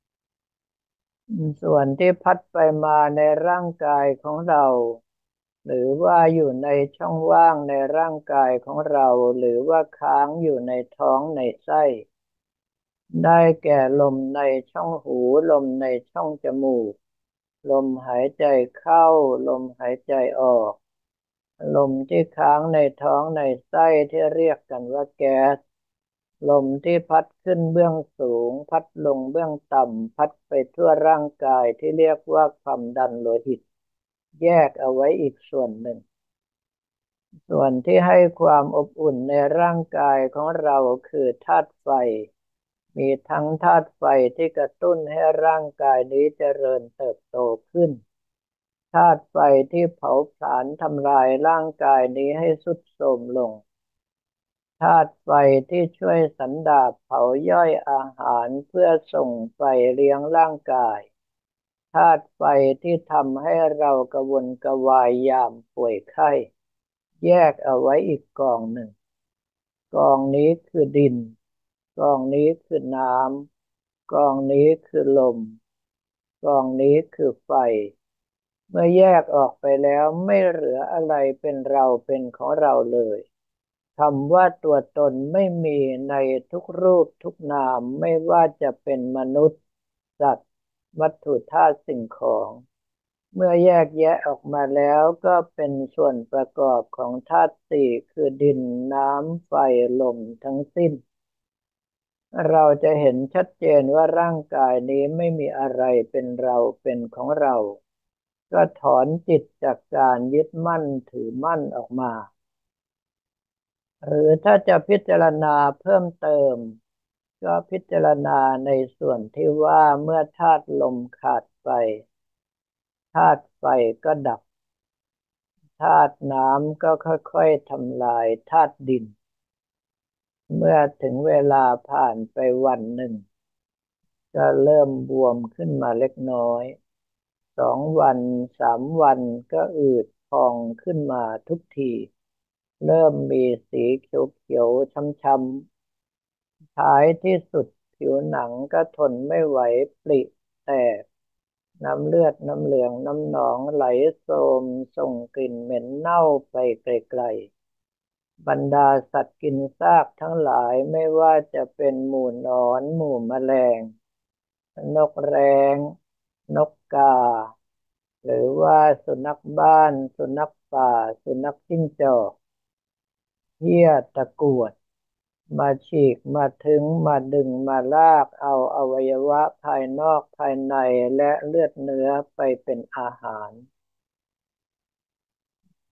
ส่วนที่พัดไปมาในร่างกายของเราหรือว่าอยู่ในช่องว่างในร่างกายของเราหรือว่าค้างอยู่ในท้องในไส้ได้แก่ลมในช่องหูลมในช่องจมูกลมหายใจเข้าลมหายใจออกลมที่ค้างในท้องในไส้ที่เรียกกันว่าแก๊สลมที่พัดขึ้นเบื้องสูงพัดลงเบื้องต่ำพัดไปทั่วร่างกายที่เรียกว่าความดันโลหิตแยกเอาไว้อีกส่วนหนึ่งส่วนที่ให้ความอบอุ่นในร่างกายของเราคือธาตุไฟมีทั้งธาตุไฟที่กระตุ้นให้ร่างกายนี้เจริญเติบโตขึ้นธาตุไฟที่เผาผลาญทำลายร่างกายนี้ให้ทรุดโทรมลง ธาตุไฟที่ช่วยสันดาปเผาย่อยอาหารเพื่อส่งไฟเลี้ยงร่างกายธาตุไฟที่ทำให้เรากระวนกระวายยามป่วยไข้แยกเอาไว้อีกกองหนึ่งกองนี้คือดินกองนี้คือน้ำกองนี้คือลมกองนี้คือไฟเมื่อแยกออกไปแล้วไม่เหลืออะไรเป็นเราเป็นของเราเลยคำว่าตัวตนไม่มีในทุกรูปทุกนามไม่ว่าจะเป็นมนุษย์สัตว์วัตถุธาตุสิ่งของเมื่อแยกแยะออกมาแล้วก็เป็นส่วนประกอบของธาตุสี่คือดินน้ำไฟลมทั้งสิ้นเราจะเห็นชัดเจนว่าร่างกายนี้ไม่มีอะไรเป็นเราเป็นของเราก็ถอนจิตจากการยึดมั่นถือมั่นออกมาหรือถ้าจะพิจารณาเพิ่มเติมก็พิจารณาในส่วนที่ว่าเมื่อธาตุลมขาดไปธาตุไฟก็ดับธาตุน้ำก็ค่อยๆทำลายธาตุดินเมื่อถึงเวลาผ่านไปวันหนึ่งก็เริ่มบวมขึ้นมาเล็กน้อยสองวันสามวันก็อืดพองขึ้นมาทุกทีเริ่มมีสีเขียวๆช้ำๆท้ายที่สุดผิวหนังก็ทนไม่ไหวปริแตกน้ำเลือดน้ำเหลืองน้ำหนองไหลโสมส่งกลิ่นเหม็นเน่าไปไกลๆบรรดาสัตว์กินซากทั้งหลายไม่ว่าจะเป็นหมู่หนอนหมู่แมลงนกแร้งนกกาหรือว่าสุนัขบ้านสุนัขป่าสุนัขจิ้งจอกเหี้ยตะกรวดมาฉีกมาถึงมาดึงมาลากเอาอวัยวะภายนอกภายในและเลือดเนื้อไปเป็นอาหาร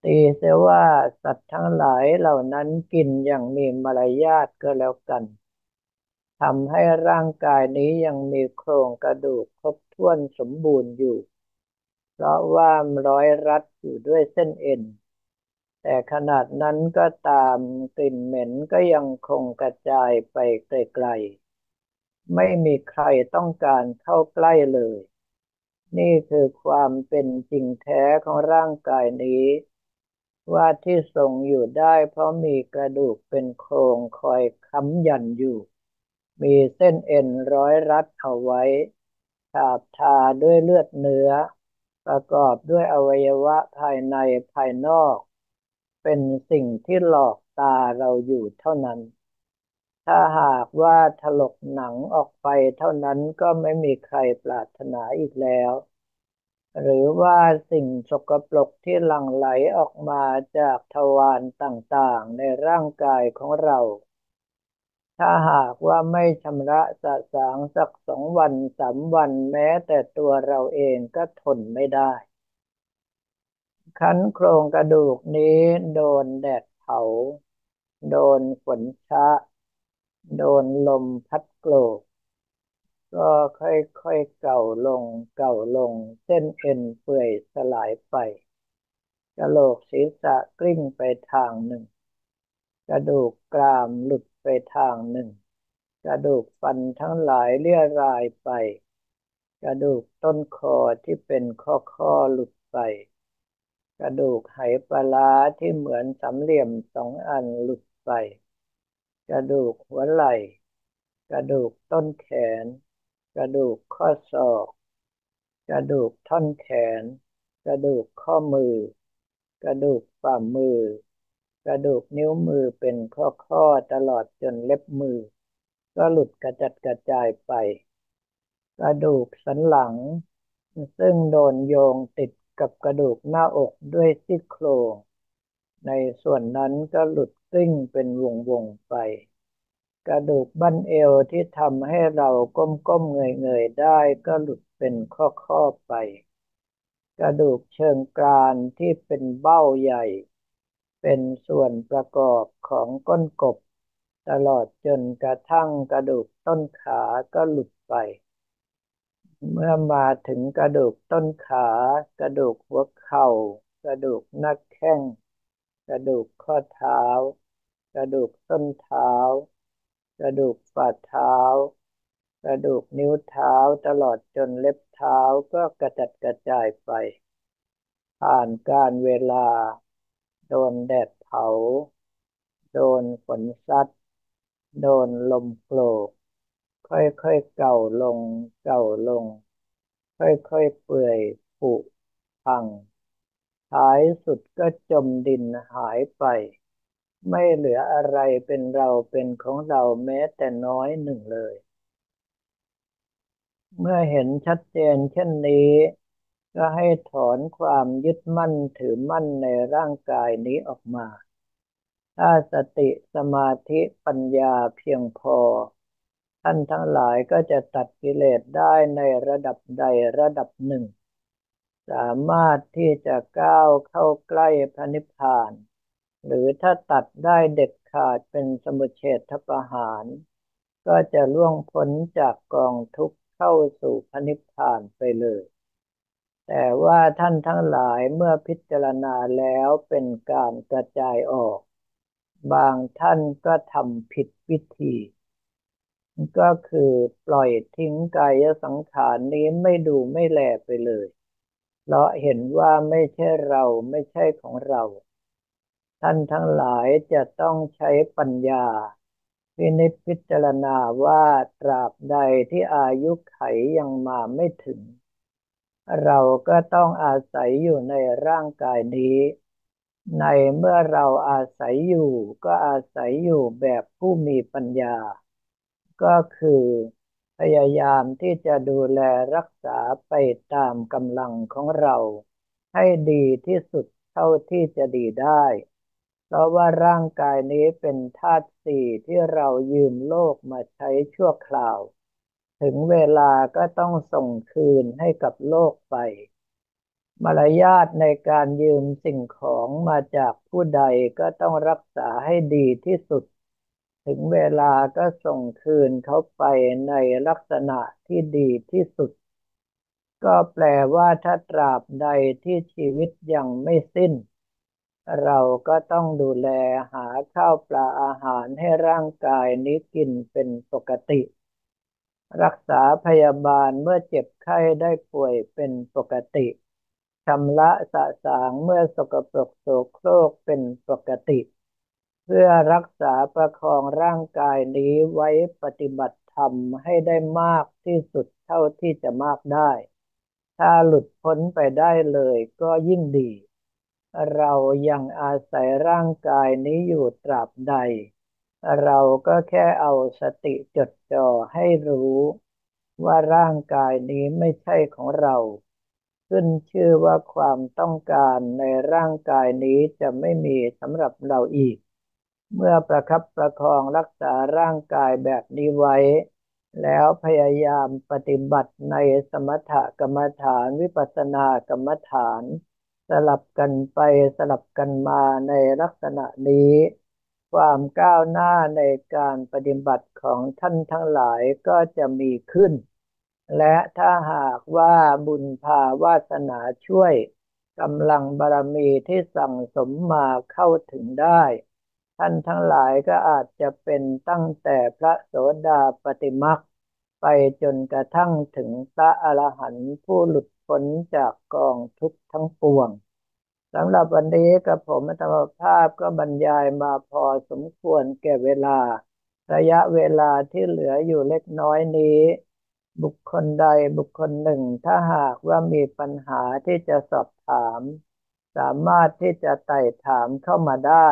ตีเสียว่าสัตว์ทั้งหลายเหล่านั้นกินอย่างมีมารยาทก็แล้วกันทำให้ร่างกายนี้ยังมีโครงกระดูกครบถ้วนสมบูรณ์อยู่เพราะว่าร้อยรัดอยู่ด้วยเส้นเอ็นแต่ขนาดนั้นก็ตามกลิ่นเหม็นก็ยังคงกระจายไปไกลๆไม่มีใครต้องการเข้าใกล้เลยนี่คือความเป็นจริงแท้ของร่างกายนี้ ว่าที่ทรงอยู่ได้เพราะมีกระดูกเป็นโครงคอยค้ำยันอยู่ มีเส้นเอ็นร้อยรัดเอาไว้ฉาบทาด้วยเลือดเนื้อประกอบด้วยอวัยวะภายในภายนอกเป็นสิ่งที่หลอกตาเราอยู่เท่านั้น ถ้าหากว่าถลกหนังออกไปเท่านั้นก็ไม่มีใครปรารถนาอีกแล้ว หรือว่าสิ่งสกปรกที่หลั่งไหลออกมาจากทวารต่างๆในร่างกายของเรา ถ้าหากว่าไม่ชำระสะสางสักสองวันสามวันแม้แต่ตัวเราเองก็ทนไม่ได้คันโครงกระดูกนี้โดนแดดเผาโดนฝนชะโดนลมพัดโกรกก็ค่อยๆเก่าลงเก่าลงเส้นเอ็นเปื่อยสลายไปกะโหลกศีรษะกลิ้งไปทางหนึ่งกระดูกกรามหลุดไปทางหนึ่งกระดูกฟันทั้งหลายเลี่ยรายไปกระดูกต้นคอที่เป็นข้อข้อหลุดไปกระดูกไหปลาร้าที่เหมือนสามเหลี่ยมสองอันหลุดไปกระดูกหัวไหล่กระดูกต้นแขนกระดูกข้อศอกกระดูกท่อนแขนกระดูกข้อมือกระดูกฝ่ามือกระดูกนิ้วมือเป็นข้อข้อตลอดจนเล็บมือก็หลุดกระจัดกระจายไปกระดูกสันหลังซึ่งโดนโยงติดกับกระดูกหน้าอกด้วยซี่โครงในส่วนนั้นก็หลุดกลิ้งเป็นวงวงไปกระดูกบั้นเอวที่ทำให้เราก้มๆเงยๆได้ก็หลุดเป็นข้อๆไปกระดูกเชิงกรานที่เป็นเบ้าใหญ่เป็นส่วนประกอบของก้นกบตลอดจนกระทั่งกระดูกต้นขาก็หลุดไปเมื่อมาถึงกระดูกต้นขากระดูกหัวเข่ากระดูกหน้าแข้งกระดูกข้อเท้ากระดูกส้นเท้ากระดูกฝ่าเท้ากระดูกนิ้วเท้าตลอดจนเล็บเท้าก็กระจัดกระจายไปผ่านกาลเวลาโดนแดดเผาโดนฝนซัดโดนลมโกรกค่อยๆเก่าลงเก่าลงค่อยๆเปื่อยผุพังท้ายสุดก็จมดินหายไปไม่เหลืออะไรเป็นเราเป็นของเราแม้แต่น้อยหนึ่งเลยเมื่อเห็นชัดเจนเช่นนี้ก็ให้ถอนความยึดมั่นถือมั่นในร่างกายนี้ออกมาถ้าสติสมาธิปัญญาเพียงพอท่านทั้งหลายก็จะตัดกิเลสได้ในระดับใดระดับหนึ่งสามารถที่จะก้าวเข้าใกล้พระนิพพานหรือถ้าตัดได้เด็ดขาดเป็นสมุจเฉทประหารก็จะล่วงพ้นจากกองทุกข์เข้าสู่พระนิพพานไปเลยแต่ว่าท่านทั้งหลายเมื่อพิจารณาแล้วเป็นการกระจายออกบางท่านก็ทำผิดวิธีก็คือปล่อยทิ้งกายสังขารนี้ไม่ดูไม่แลไปเลยเพราะเห็นว่าไม่ใช่เราไม่ใช่ของเราท่านทั้งหลายจะต้องใช้ปัญญาพินิจพิจารณาว่าตราบใดที่อายุไขยังมาไม่ถึงเราก็ต้องอาศัยอยู่ในร่างกายนี้ในเมื่อเราอาศัยอยู่ก็อาศัยอยู่แบบผู้มีปัญญาก็คือพยายามที่จะดูแลรักษาไปตามกำลังของเราให้ดีที่สุดเท่าที่จะดีได้เพราะว่าร่างกายนี้เป็นธาตุสี่ที่เรายืมโลกมาใช้ชั่วคราวถึงเวลาก็ต้องส่งคืนให้กับโลกไปมารยาทในการยืมสิ่งของมาจากผู้ใดก็ต้องรักษาให้ดีที่สุดถึงเวลาก็ส่งคืนเขาไปในลักษณะที่ดีที่สุดก็แปลว่าถ้าตราบใดที่ชีวิตยังไม่สิ้นเราก็ต้องดูแลหาข้าวปลาอาหารให้ร่างกายนี้กินเป็นปกติ รักษาพยาบาลเมื่อเจ็บไข้ได้ป่วยเป็นปกติชำระสะสางเมื่อสกปรกโสโครกเป็นปกติเพื่อรักษาประคองร่างกายนี้ไว้ปฏิบัติธรรมให้ได้มากที่สุดเท่าที่จะมากได้ถ้าหลุดพ้นไปได้เลยก็ยิ่งดีเรายังอาศัยร่างกายนี้อยู่ตราบใดเราก็แค่เอาสติจดจ่อให้รู้ว่าร่างกายนี้ไม่ใช่ของเราขึ้นชื่อว่าความต้องการในร่างกายนี้จะไม่มีสำหรับเราอีกเมื่อประคับประคองรักษาร่างกายแบบนี้ไว้แล้วพยายามปฏิบัติในสมถกรรมฐานวิปัสสนากรรมฐานสลับกันไปสลับกันมาในลักษณะนี้ความก้าวหน้าในการปฏิบัติของท่านทั้งหลายก็จะมีขึ้น และถ้าหากว่าบุญพาวาสนาช่วยกำลังบารมีที่สั่งสมมาเข้าถึงได้ท่านทั้งหลายก็อาจจะเป็นตั้งแต่พระโสดาปัตติมรรคไปจนกระทั่งถึงพระอรหันต์ผู้หลุดพ้นจากกองทุกข์ทั้งปวงสำหรับวันนี้กับผมอัตมภาพก็บรรยายมาพอสมควรแก่เวลาระยะเวลาที่เหลืออยู่เล็กน้อยนี้ บุคคลใดบุคคลหนึ่งถ้าหากว่ามีปัญหาที่จะสอบถามสามารถที่จะไต่ถามเข้ามาได้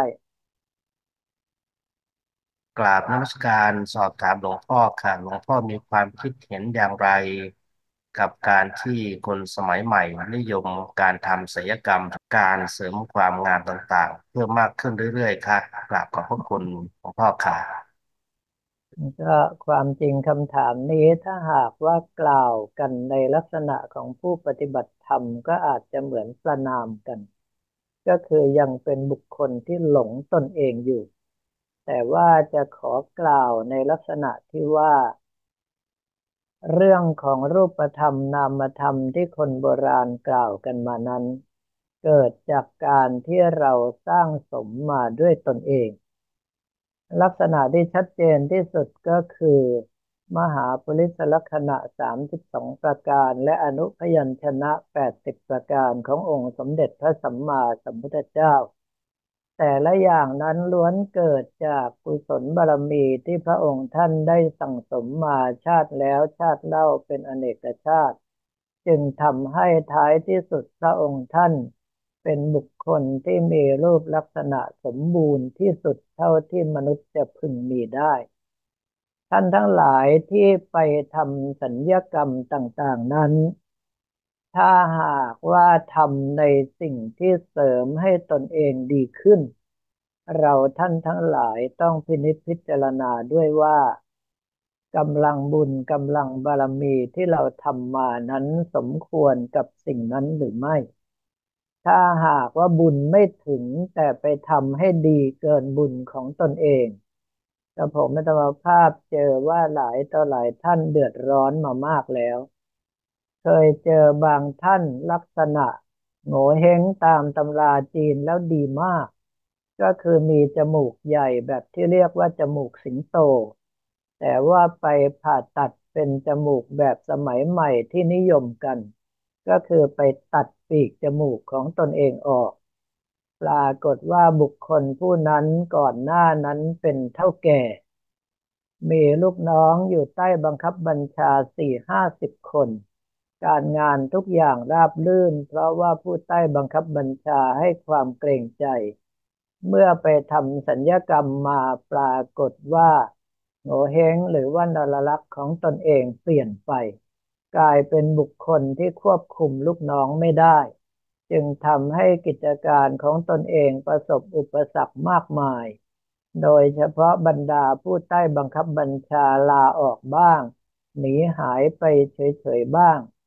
กราบนมัสการสอบถามหลวงพ่อค่ะหลวงพ่อมีความคิดเห็นอย่างไรกับการที่คนสมัยใหม่นิยมการทำศัลยกรรมการเสริมความงามต่างๆเพิ่มมากขึ้นเรื่อยๆค่ะกราบขอบพระคุณหลวงพ่อค่ะก็ความจริงคำถามนี้ถ้าหากว่ากล่าวกันในลักษณะของผู้ปฏิบัติธรรมก็อาจจะเหมือนประณามกันก็คือยังเป็นบุคคลที่หลงตนเองอยู่แต่ว่าจะขอกล่าวในลักษณะที่ว่า เรื่องของรูปธรรมนามธรรมที่คนโบราณกล่าวกันมานั้นเกิดจากการที่เราสร้างสมมาด้วยตนเองลักษณะที่ชัดเจนที่สุดก็คือมหาปริศลักษณะสามสิบสองประการและอนุพยัญชนะแปดสิบประการขององค์สมเด็จพระสัมมาสัมพุทธเจ้า แต่ละอย่างนั้นล้วนเกิดจากกุศลบารมีที่พระองค์ท่านได้สั่งสมมาชาติแล้วชาติเล่าเป็นอเนกชาติจึงทำให้ท้ายที่สุดพระองค์ท่านเป็นบุคคลที่มีรูปลักษณะสมบูรณ์ที่สุดเท่าที่มนุษย์จะพึงมีได้ท่านทั้งหลายที่ไปทำสัญญกรรมต่างๆนั้น ถ้าหากว่าทำในสิ่งที่เสริมให้ตนเองดีขึ้น เราท่านทั้งหลายต้องพินิจพิจารณาด้วยว่ากำลังบุญกำลังบารมีที่เราทำมานั้นสมควรกับสิ่งนั้นหรือไม่ ถ้าหากว่าบุญไม่ถึงแต่ไปทำให้ดีเกินบุญของตนเองแต่ผมไม่ต้องมาภาพเจอว่าหลายต่อหลายท่านเดือดร้อนมามากแล้ว เคยเจอบางท่านลักษณะโง่เฮงตามตำราจีนแล้วดีมากก็คือมีจมูกใหญ่แบบที่เรียกว่าจมูกสิงโตแต่ว่าไปผ่าตัดเป็นจมูกแบบสมัยใหม่ที่นิยมกันก็คือไปตัดปีกจมูกของตนเองออกปรากฏว่าบุคคลผู้นั้นก่อนหน้านั้นเป็นเฒ่าแก่ มีลูกน้องอยู่ใต้บังคับบัญชาสี่ห้าสิบคน การงานทุกอย่างราบรื่นเพราะว่าผู้ใต้บังคับบัญชาให้ความเกรงใจ เมื่อไปทำสัญญกรรมมาปรากฏว่าโงเห้งหรือว่านรลักษณ์ของตนเองเปลี่ยนไปกลายเป็นบุคคลที่ควบคุมลูกน้องไม่ได้จึงทำให้กิจการของตนเองประสบอุปสรรคมากมาย โดยเฉพาะบรรดาผู้ใต้บังคับบัญชาลาออกบ้างหนีหายไปเฉยๆบ้าง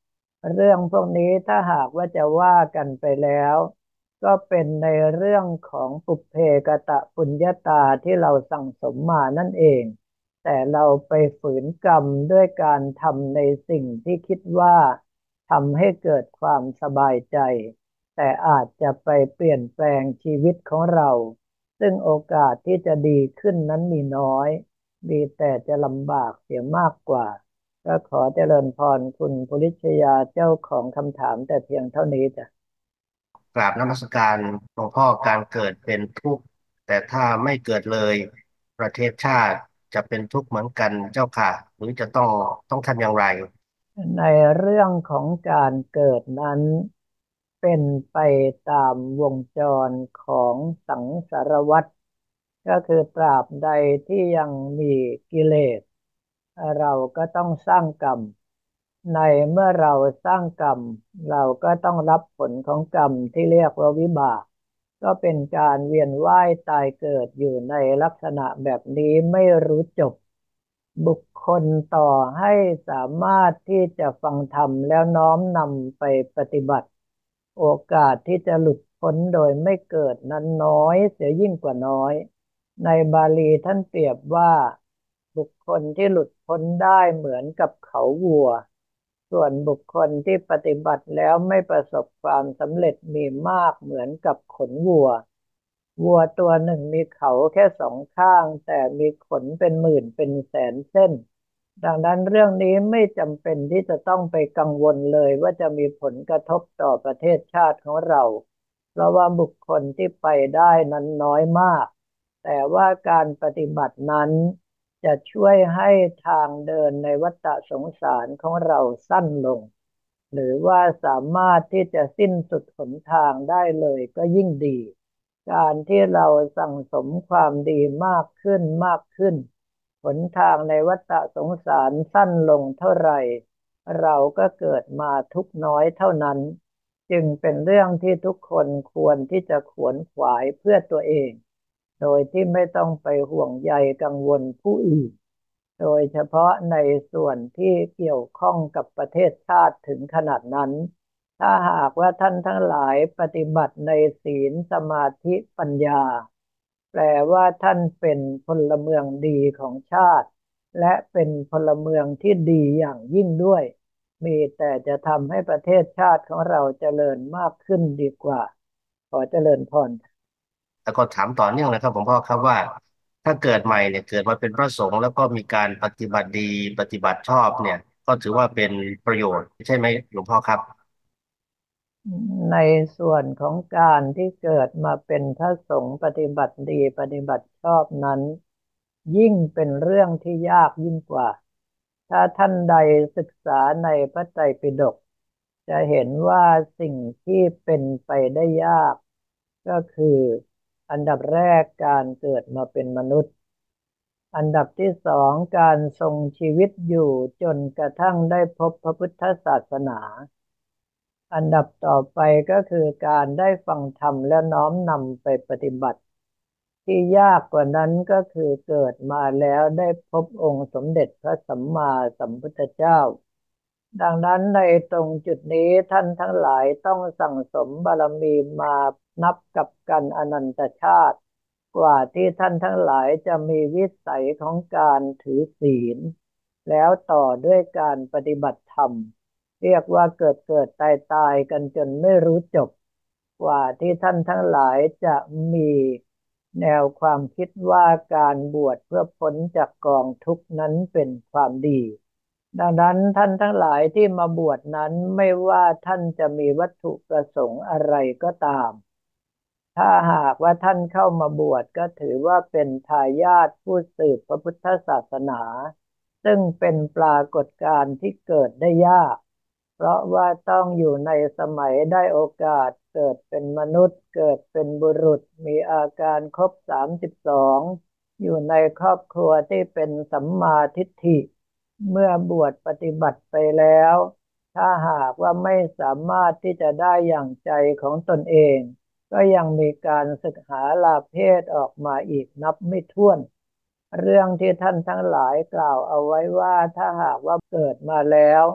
เรื่องพวกนี้ถ้าหากว่าจะว่ากันไปแล้วก็เป็นในเรื่องของปุพเพกตปุญญาตาที่เราสั่งสมมานั่นเองแต่เราไปฝืนกรรมด้วยการทำในสิ่งที่คิดว่าทำให้เกิดความสบายใจแต่อาจจะไปเปลี่ยนแปลงชีวิตของเราซึ่งโอกาสที่จะดีขึ้นนั้นมีน้อยมีแต่จะลำบากเสียมากกว่า ก็ขอเจริญพรคุณภูริชยาเจ้าของคำถามแต่เพียงเท่านี้จ้ะกราบนมัสการหลวงพ่อการเกิดเป็นทุกข์แต่ถ้าไม่เกิดเลยประเทศชาติจะเป็นทุกข์เหมือนกันเจ้าค่ะหรือจะต้องต้องทำอย่างไรในเรื่องของการเกิดนั้นเป็นไปตามวงจรของสังสารวัฏก็คือตราบใดที่ยังมีกิเลสเราก็ต้องสร้างกรรมในเมื่อเราสร้างกรรมเราก็ต้องรับผลของกรรมที่เรียกว่าวิบาก ก็เป็นการเวียนว่ายตายเกิดอยู่ในลักษณะแบบนี้ไม่รู้จบบุคคลต่อให้สามารถที่จะฟังธรรมแล้วน้อมนำไปปฏิบัติโอกาสที่จะหลุดพ้นโดยไม่เกิดนั้นน้อยเสียยิ่งกว่าน้อยในบาลีท่านเปรียบว่าบุคคลที่หลุดพ้นได้เหมือนกับเขาวัวส่วนบุคคลที่ปฏิบัติแล้วไม่ประสบความสำเร็จมีมากเหมือนกับขนวัววัวตัวหนึ่งมีเขาแค่สองข้างแต่มีขนเป็นหมื่นเป็นแสนเส้นดังนั้นเรื่องนี้ไม่จำเป็นที่จะต้องไปกังวลเลยว่าจะมีผลกระทบต่อประเทศชาติของเราเพราะว่าบุคคลที่ไปได้นั้นน้อยมากแต่ว่าการปฏิบัตินั้นจะช่วยให้ทางเดินในวัฏสงสารของเราสั้นลงหรือว่าสามารถที่จะสิ้นสุดหนทางได้เลยก็ยิ่งดีการที่เราสั่งสมความดีมากขึ้นมากขึ้นหนทางในวัฏสงสารสั้นลงเท่าไหร่เราก็เกิดมาทุกข์น้อยเท่านั้นจึงเป็นเรื่องที่ทุกคนควรที่จะขวนขวายเพื่อตัวเองโดยที่ไม่ต้องไปห่วงใยกังวลผู้อื่น โดยเฉพาะในส่วนที่เกี่ยวข้องกับประเทศชาติถึงขนาดนั้น ถ้าหากว่าท่านทั้งหลายปฏิบัติในศีลสมาธิปัญญาแปลว่าท่านเป็นพลเมืองดีของชาติและเป็นพลเมืองที่ดีอย่างยิ่งด้วย มีแต่จะทำให้ประเทศชาติของเราเจริญมากขึ้นดีกว่าขอเจริญพรแล้วก็ถามต่อเนื่องนะครับหลวงพ่อครับว่าถ้าเกิดใหม่เนี่ยเกิดมาเป็นพระสงฆ์แล้วก็มีการปฏิบัติดีปฏิบัติชอบเนี่ยก็ถือว่าเป็นประโยชน์ใช่ไหมหลวงพ่อครับในส่วนของการที่เกิดมาเป็นพระสงฆ์ปฏิบัติดีปฏิบัติชอบนั้นยิ่งเป็นเรื่องที่ยากยิ่งกว่าถ้าท่านใดศึกษาในพระไตรปิฎกจะเห็นว่าสิ่งที่เป็นไปได้ยากก็คืออันดับแรกการเกิดมาเป็นมนุษย์อันดับที่สองการทรงชีวิตอยู่จนกระทั่งได้พบพระพุทธศาสนา อันดับต่อไปก็คือการได้ฟังธรรมและน้อมนำไปปฏิบัติที่ยากกว่านั้นก็คือเกิดมาแล้วได้พบองค์สมเด็จพระสัมมาสัมพุทธเจ้าดังนั้นในตรงจุดนี้ท่านทั้งหลายต้องสั่งสมบารมีมานับกับกันอนันตชาติกว่าที่ท่านทั้งหลายจะมีวิสัยของการถือศีลแล้วต่อด้วยการปฏิบัติธรรม เรียกว่าเกิดเกิดตายตายกันจนไม่รู้จบกว่าที่ท่านทั้งหลายจะมีแนวความคิดว่าการบวชเพื่อพ้นจากกองทุกข์นั้นเป็นความดีดังนั้นท่านทั้งหลายที่มาบวชนั้นไม่ว่าท่านจะมีวัตถุประสงค์อะไรก็ตามถ้าหากว่าท่านเข้ามาบวชก็ถือว่าเป็นทายาทผู้สืบพระพุทธศาสนาซึ่งเป็นปรากฏการณ์ที่เกิดได้ยาก เพราะว่าต้องอยู่ในสมัยได้โอกาสเกิดเป็นมนุษย์เกิดเป็นบุรุษมีอาการครบสามสิบสองอยู่ในครอบครัวที่เป็นสัมมาทิฏฐิเมื่อบวชปฏิบัติไปแล้วถ้าหากว่าไม่สามารถที่จะได้อย่างใจของตนเองก็ยังมีการศึกษาลาเพศออกมาอีกนับไม่ถ้วนเรื่องที่ท่านทั้งหลายกล่าวเอาไว้ว่าถ้าหากว่าเกิดมาแล้ว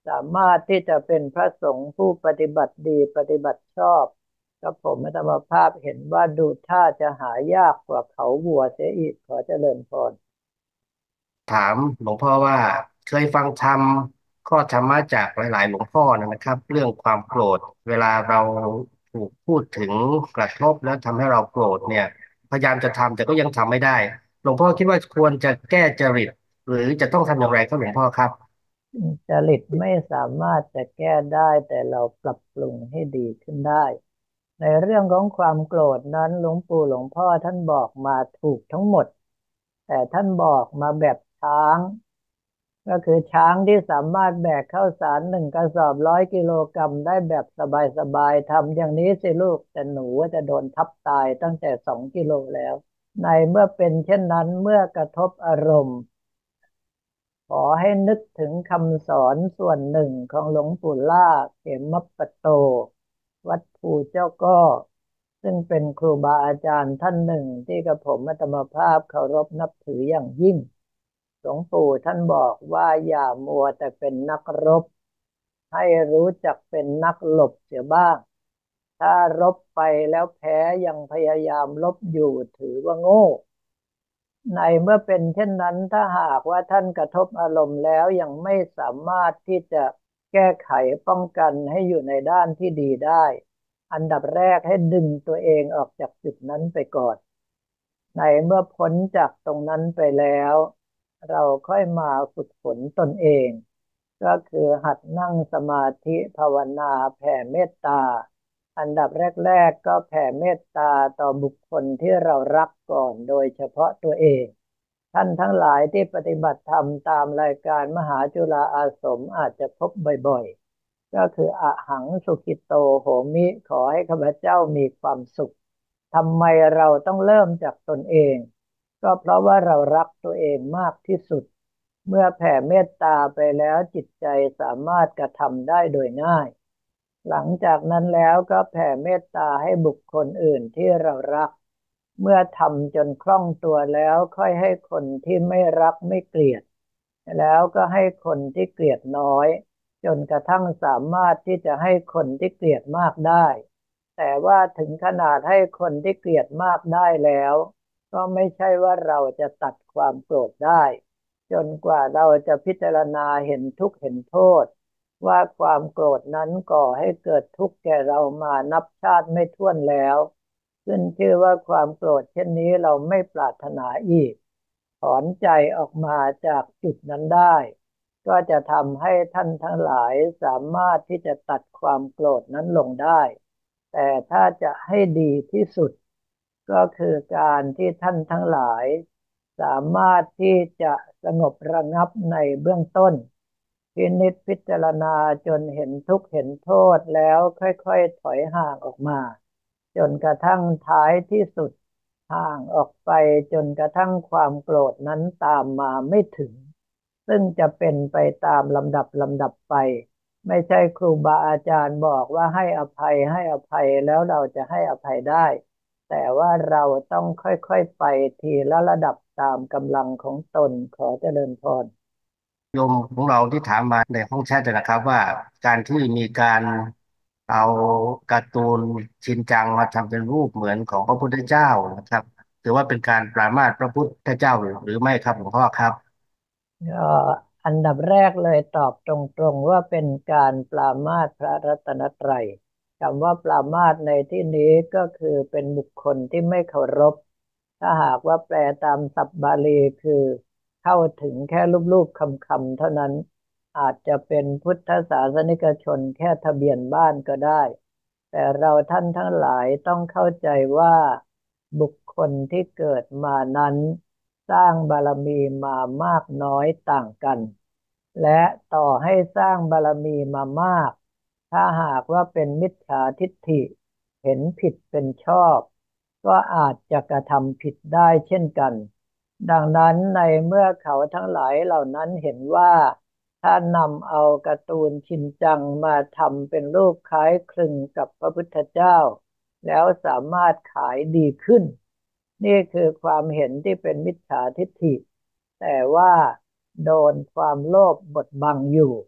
สามารถที่จะเป็นพระสงฆ์ผู้ปฏิบัติดีปฏิบัติชอบกับผมอาตมาภาพเห็นว่าดูท่าจะหายากกว่าเขาวัวเสียอีกขอเจริญพรถามหลวงพ่อว่าเคยฟังธรรมข้อธรรมะจากหลายๆหลวงพ่อนะครับเรื่องความโกรธเวลาเราถูกพูดถึงกระทบแล้วทำให้เราโกรธเนี่ยพยายามจะทำแต่ก็ยังทำไม่ได้หลวงพ่อคิดว่าควรจะแก้จริตหรือจะต้องทำอย่างไรครับหลวงพ่อครับจริตไม่สามารถจะแก้ได้แต่เราปรับปรุงให้ดีขึ้นได้ในเรื่องของความโกรธนั้นหลวงปู่หลวงพ่อท่านบอกมาถูกทั้งหมดแต่ท่านบอกมาแบบช้างก็คือช้างที่สามารถแบกข้าวสารหนึ่งกระสอบร้อยกิโลกรัมได้แบบสบายๆทำอย่างนี้สิลูกแต่หนูจะโดนทับตายตั้งแต่สองกิโลแล้วในเมื่อเป็นเช่นนั้นเมื่อกระทบอารมณ์ ขอให้นึกถึงคำสอนส่วนหนึ่งของหลวงปู่ล่าเขมปัตโตวัดภูเจ้าก้อซึ่งเป็นครูบาอาจารย์ท่านหนึ่งที่กระผมอัตมภาพเคารพนับถืออย่างยิ่งหลวงปู่ท่านบอกว่าอย่ามัวแต่เป็นนักรบให้รู้จักเป็นนักหลบเสียบ้างถ้ารบไปแล้วแพ้ยังพยายามลบอยู่ถือว่าโง่ ในเมื่อเป็นเช่นนั้นถ้าหากว่าท่านกระทบอารมณ์แล้วยังไม่สามารถที่จะแก้ไขป้องกันให้อยู่ในด้านที่ดีได้อันดับแรกให้ดึงตัวเองออกจากจุดนั้นไปก่อนในเมื่อพ้นจากตรงนั้นไปแล้วเราค่อยมาฝึกฝนตนเองก็คือหัดนั่งสมาธิภาวนาแผ่เมตตาอันดับแรกๆก็แผ่เมตตาต่อบุคคลที่เรารักก่อนโดยเฉพาะตัวเอง ท่านทั้งหลายที่ปฏิบัติธรรมตามรายการมหาจุฬาอาสมอาจจะพบบ่อยๆ ก็คืออะหังสุขิโตโหมิขอให้ข้าพเจ้ามีความสุข ทำไมเราต้องเริ่มจากตนเอง ก็เพราะว่าเรารักตัวเองมากที่สุด เมื่อแผ่เมตตาไปแล้วจิตใจสามารถกระทำได้โดยง่าย หลังจากนั้นแล้วก็แผ่เมตตาให้บุคคลอื่นที่เรารัก เมื่อทำจนคล่องตัวแล้วค่อยให้คนที่ไม่รักไม่เกลียดแล้วก็ให้คนที่เกลียดน้อยจนกระทั่งสามารถที่จะให้คนที่เกลียดมากได้แต่ว่าถึงขนาดให้คนที่เกลียดมากได้แล้วก็ไม่ใช่ว่าเราจะตัดความโกรธได้จนกว่าเราจะพิจารณาเห็นทุกข์เห็นโทษว่าความโกรธนั้นก่อให้เกิดทุกข์แก่เรามานับชาติไม่ถ้วนแล้ว ขึ้นชื่อว่าความโกรธเช่นนี้เราไม่ปรารถนาอีกถอนใจออกมาจากจุดนั้นได้ก็จะทำให้ท่านทั้งหลายสามารถที่จะตัดความโกรธนั้นลงได้แต่ถ้าจะให้ดีที่สุดก็คือการที่ท่านทั้งหลายสามารถที่จะสงบระงับในเบื้องต้นพินิจพิจารณาจนเห็นทุกข์เห็นโทษแล้วค่อยๆถอยห่างออกมา จนกระทั่งท้ายที่สุดห่างออกไปจนกระทั่งความโกรธนั้นตามมาไม่ถึงซึ่งจะเป็นไปตามลำดับลำดับไปไม่ใช่ครูบาอาจารย์บอกว่าให้อภัยให้อภัยแล้วเราจะให้อภัยได้แต่ว่าเราต้องค่อยๆไปทีละระดับตามกำลังของตนขอเจริญพรโยมของเราที่ถามมาในห้องแชทนะครับว่าการที่มีการเอาการ์ตูนชินจังมาทำเป็นรูปเหมือนของพระพุทธเจ้านะครับถือว่าเป็นการปรามาสพระพุทธเจ้าหรือหรือไม่ครับหลวงพ่อครับก็อันดับแรกเลยตอบตรงๆว่าเป็นการปรามาสพระรัตนตรัยคำว่าปรามาสในที่นี้ก็คือเป็นบุคคลที่ไม่เคารพถ้าหากว่าแปลตามศัพท์บาลีคือเข้าถึงแค่รูปๆคำๆเท่านั้นอาจจะเป็นพุทธศาสนิกชนแค่ทะเบียนบ้านก็ได้แต่เราท่านทั้งหลายต้องเข้าใจว่าบุคคลที่เกิดมานั้น สร้างบารมีมามากน้อยต่างกัน และต่อให้สร้างบารมีมามาก ถ้าหากว่าเป็นมิจฉาทิฏฐิเห็นผิดเป็นชอบ ก็อาจจะกระทำผิดได้เช่นกัน ดังนั้นในเมื่อเขาทั้งหลายเหล่านั้นเห็นว่าถ้านำเอาการ์ตูนชินจังมาทำเป็นรูปคล้ายคลึงกับพระพุทธเจ้า แล้วสามารถขายดีขึ้น นี่คือความเห็นที่เป็นมิจฉาทิฏฐิแต่ว่าโดนความโลภบดบังอยู่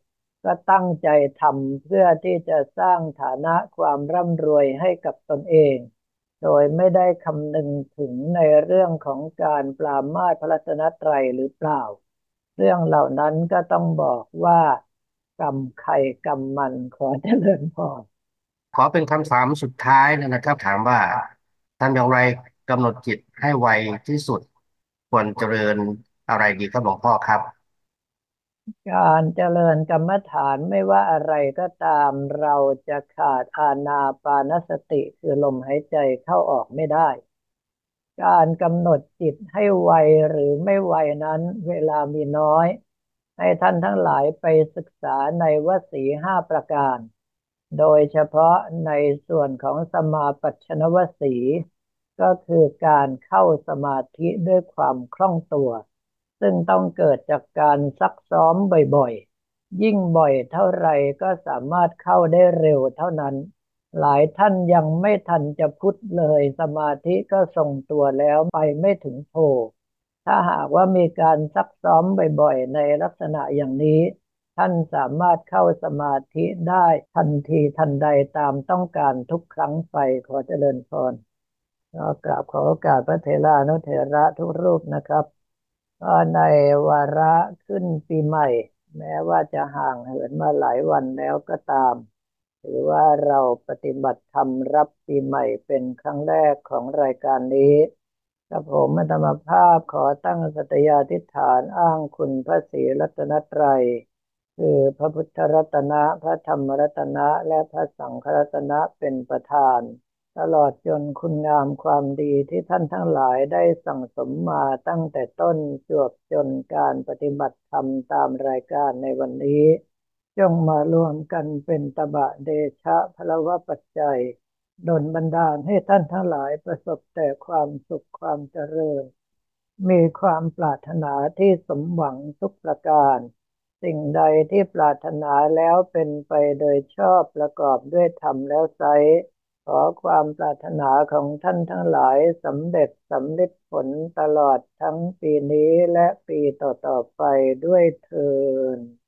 ก็ตั้งใจทำเพื่อที่จะสร้างฐานะความร่ำรวยให้กับตนเองโดยไม่ได้คำนึงถึงในเรื่องของการปรามาสพระรัตนตรัยหรือเปล่าเรื่องเหล่านั้นก็ต้องบอกว่ากรรมใครกรรมมันขอเจริญพรขอเป็นคำถามสุดท้ายนะครับถามว่าทำอย่างไรกำหนดจิตให้ไวที่สุดควรเจริญอะไรดีครับหลวงพ่อครับการเจริญกรรมฐานไม่ว่าอะไรก็ตามเราจะขาดอานาปานสติคือลมหายใจเข้าออกไม่ได้การกำหนดจิตให้ไวหรือไม่ไวนั้นเวลามีน้อยให้ท่านทั้งหลายไปศึกษาในวสีห้าประการโดยเฉพาะในส่วนของสมาปัชชนวสีก็คือการเข้าสมาธิด้วยความคล่องตัว ซึ่งต้องเกิดจากการซักซ้อมบ่อยๆ ยิ่งบ่อยเท่าไรก็สามารถเข้าได้เร็วเท่านั้น หลายท่านยังไม่ทันจะพุทธเลยสมาธิก็ทรงตัวแล้วไปไม่ถึงโถถ้าหากว่ามีการซักซ้อมบ่อยๆในลักษณะอย่างนี้ท่านสามารถเข้าสมาธิได้ทันทีทันใดตามต้องการทุกครั้งไปขอเจริญพรขอกราบขอโอกาสพระเถรานุเถระทุกรูปนะครับก็ในวาระขึ้นปีใหม่แม้ว่าจะห่างเหินมาหลายวันแล้วก็ตามถือว่าเราปฏิบัติธรรมรับปีใหม่เป็นครั้งแรกของรายการนี้กับผมอัตมภาพขอตั้งสัตยาธิษฐานอ้างคุณพระศรีรัตนตรัยคือพระพุทธรัตนะพระธรรมรัตนะและพระสังฆรัตนะเป็นประธานตลอดจนคุณงามความดีที่ท่านทั้งหลายได้สั่งสมมาตั้งแต่ต้นจวบจนการปฏิบัติธรรมตามรายการในวันนี้จงมารวมกันเป็นตบะเดชะพลวะปัจจัยดลบันดาลให้ท่านทั้งหลายประสบแต่ความสุขความเจริญมีความปรารถนาที่สมหวังทุกประการสิ่งใดที่ปรารถนาแล้วเป็นไปโดยชอบประกอบด้วยธรรมแล้วไซร้ขอความปรารถนาของท่านทั้งหลายสำเร็จสำเร็จผลตลอดทั้งปีนี้และปีต่อๆไปด้วยเทอญ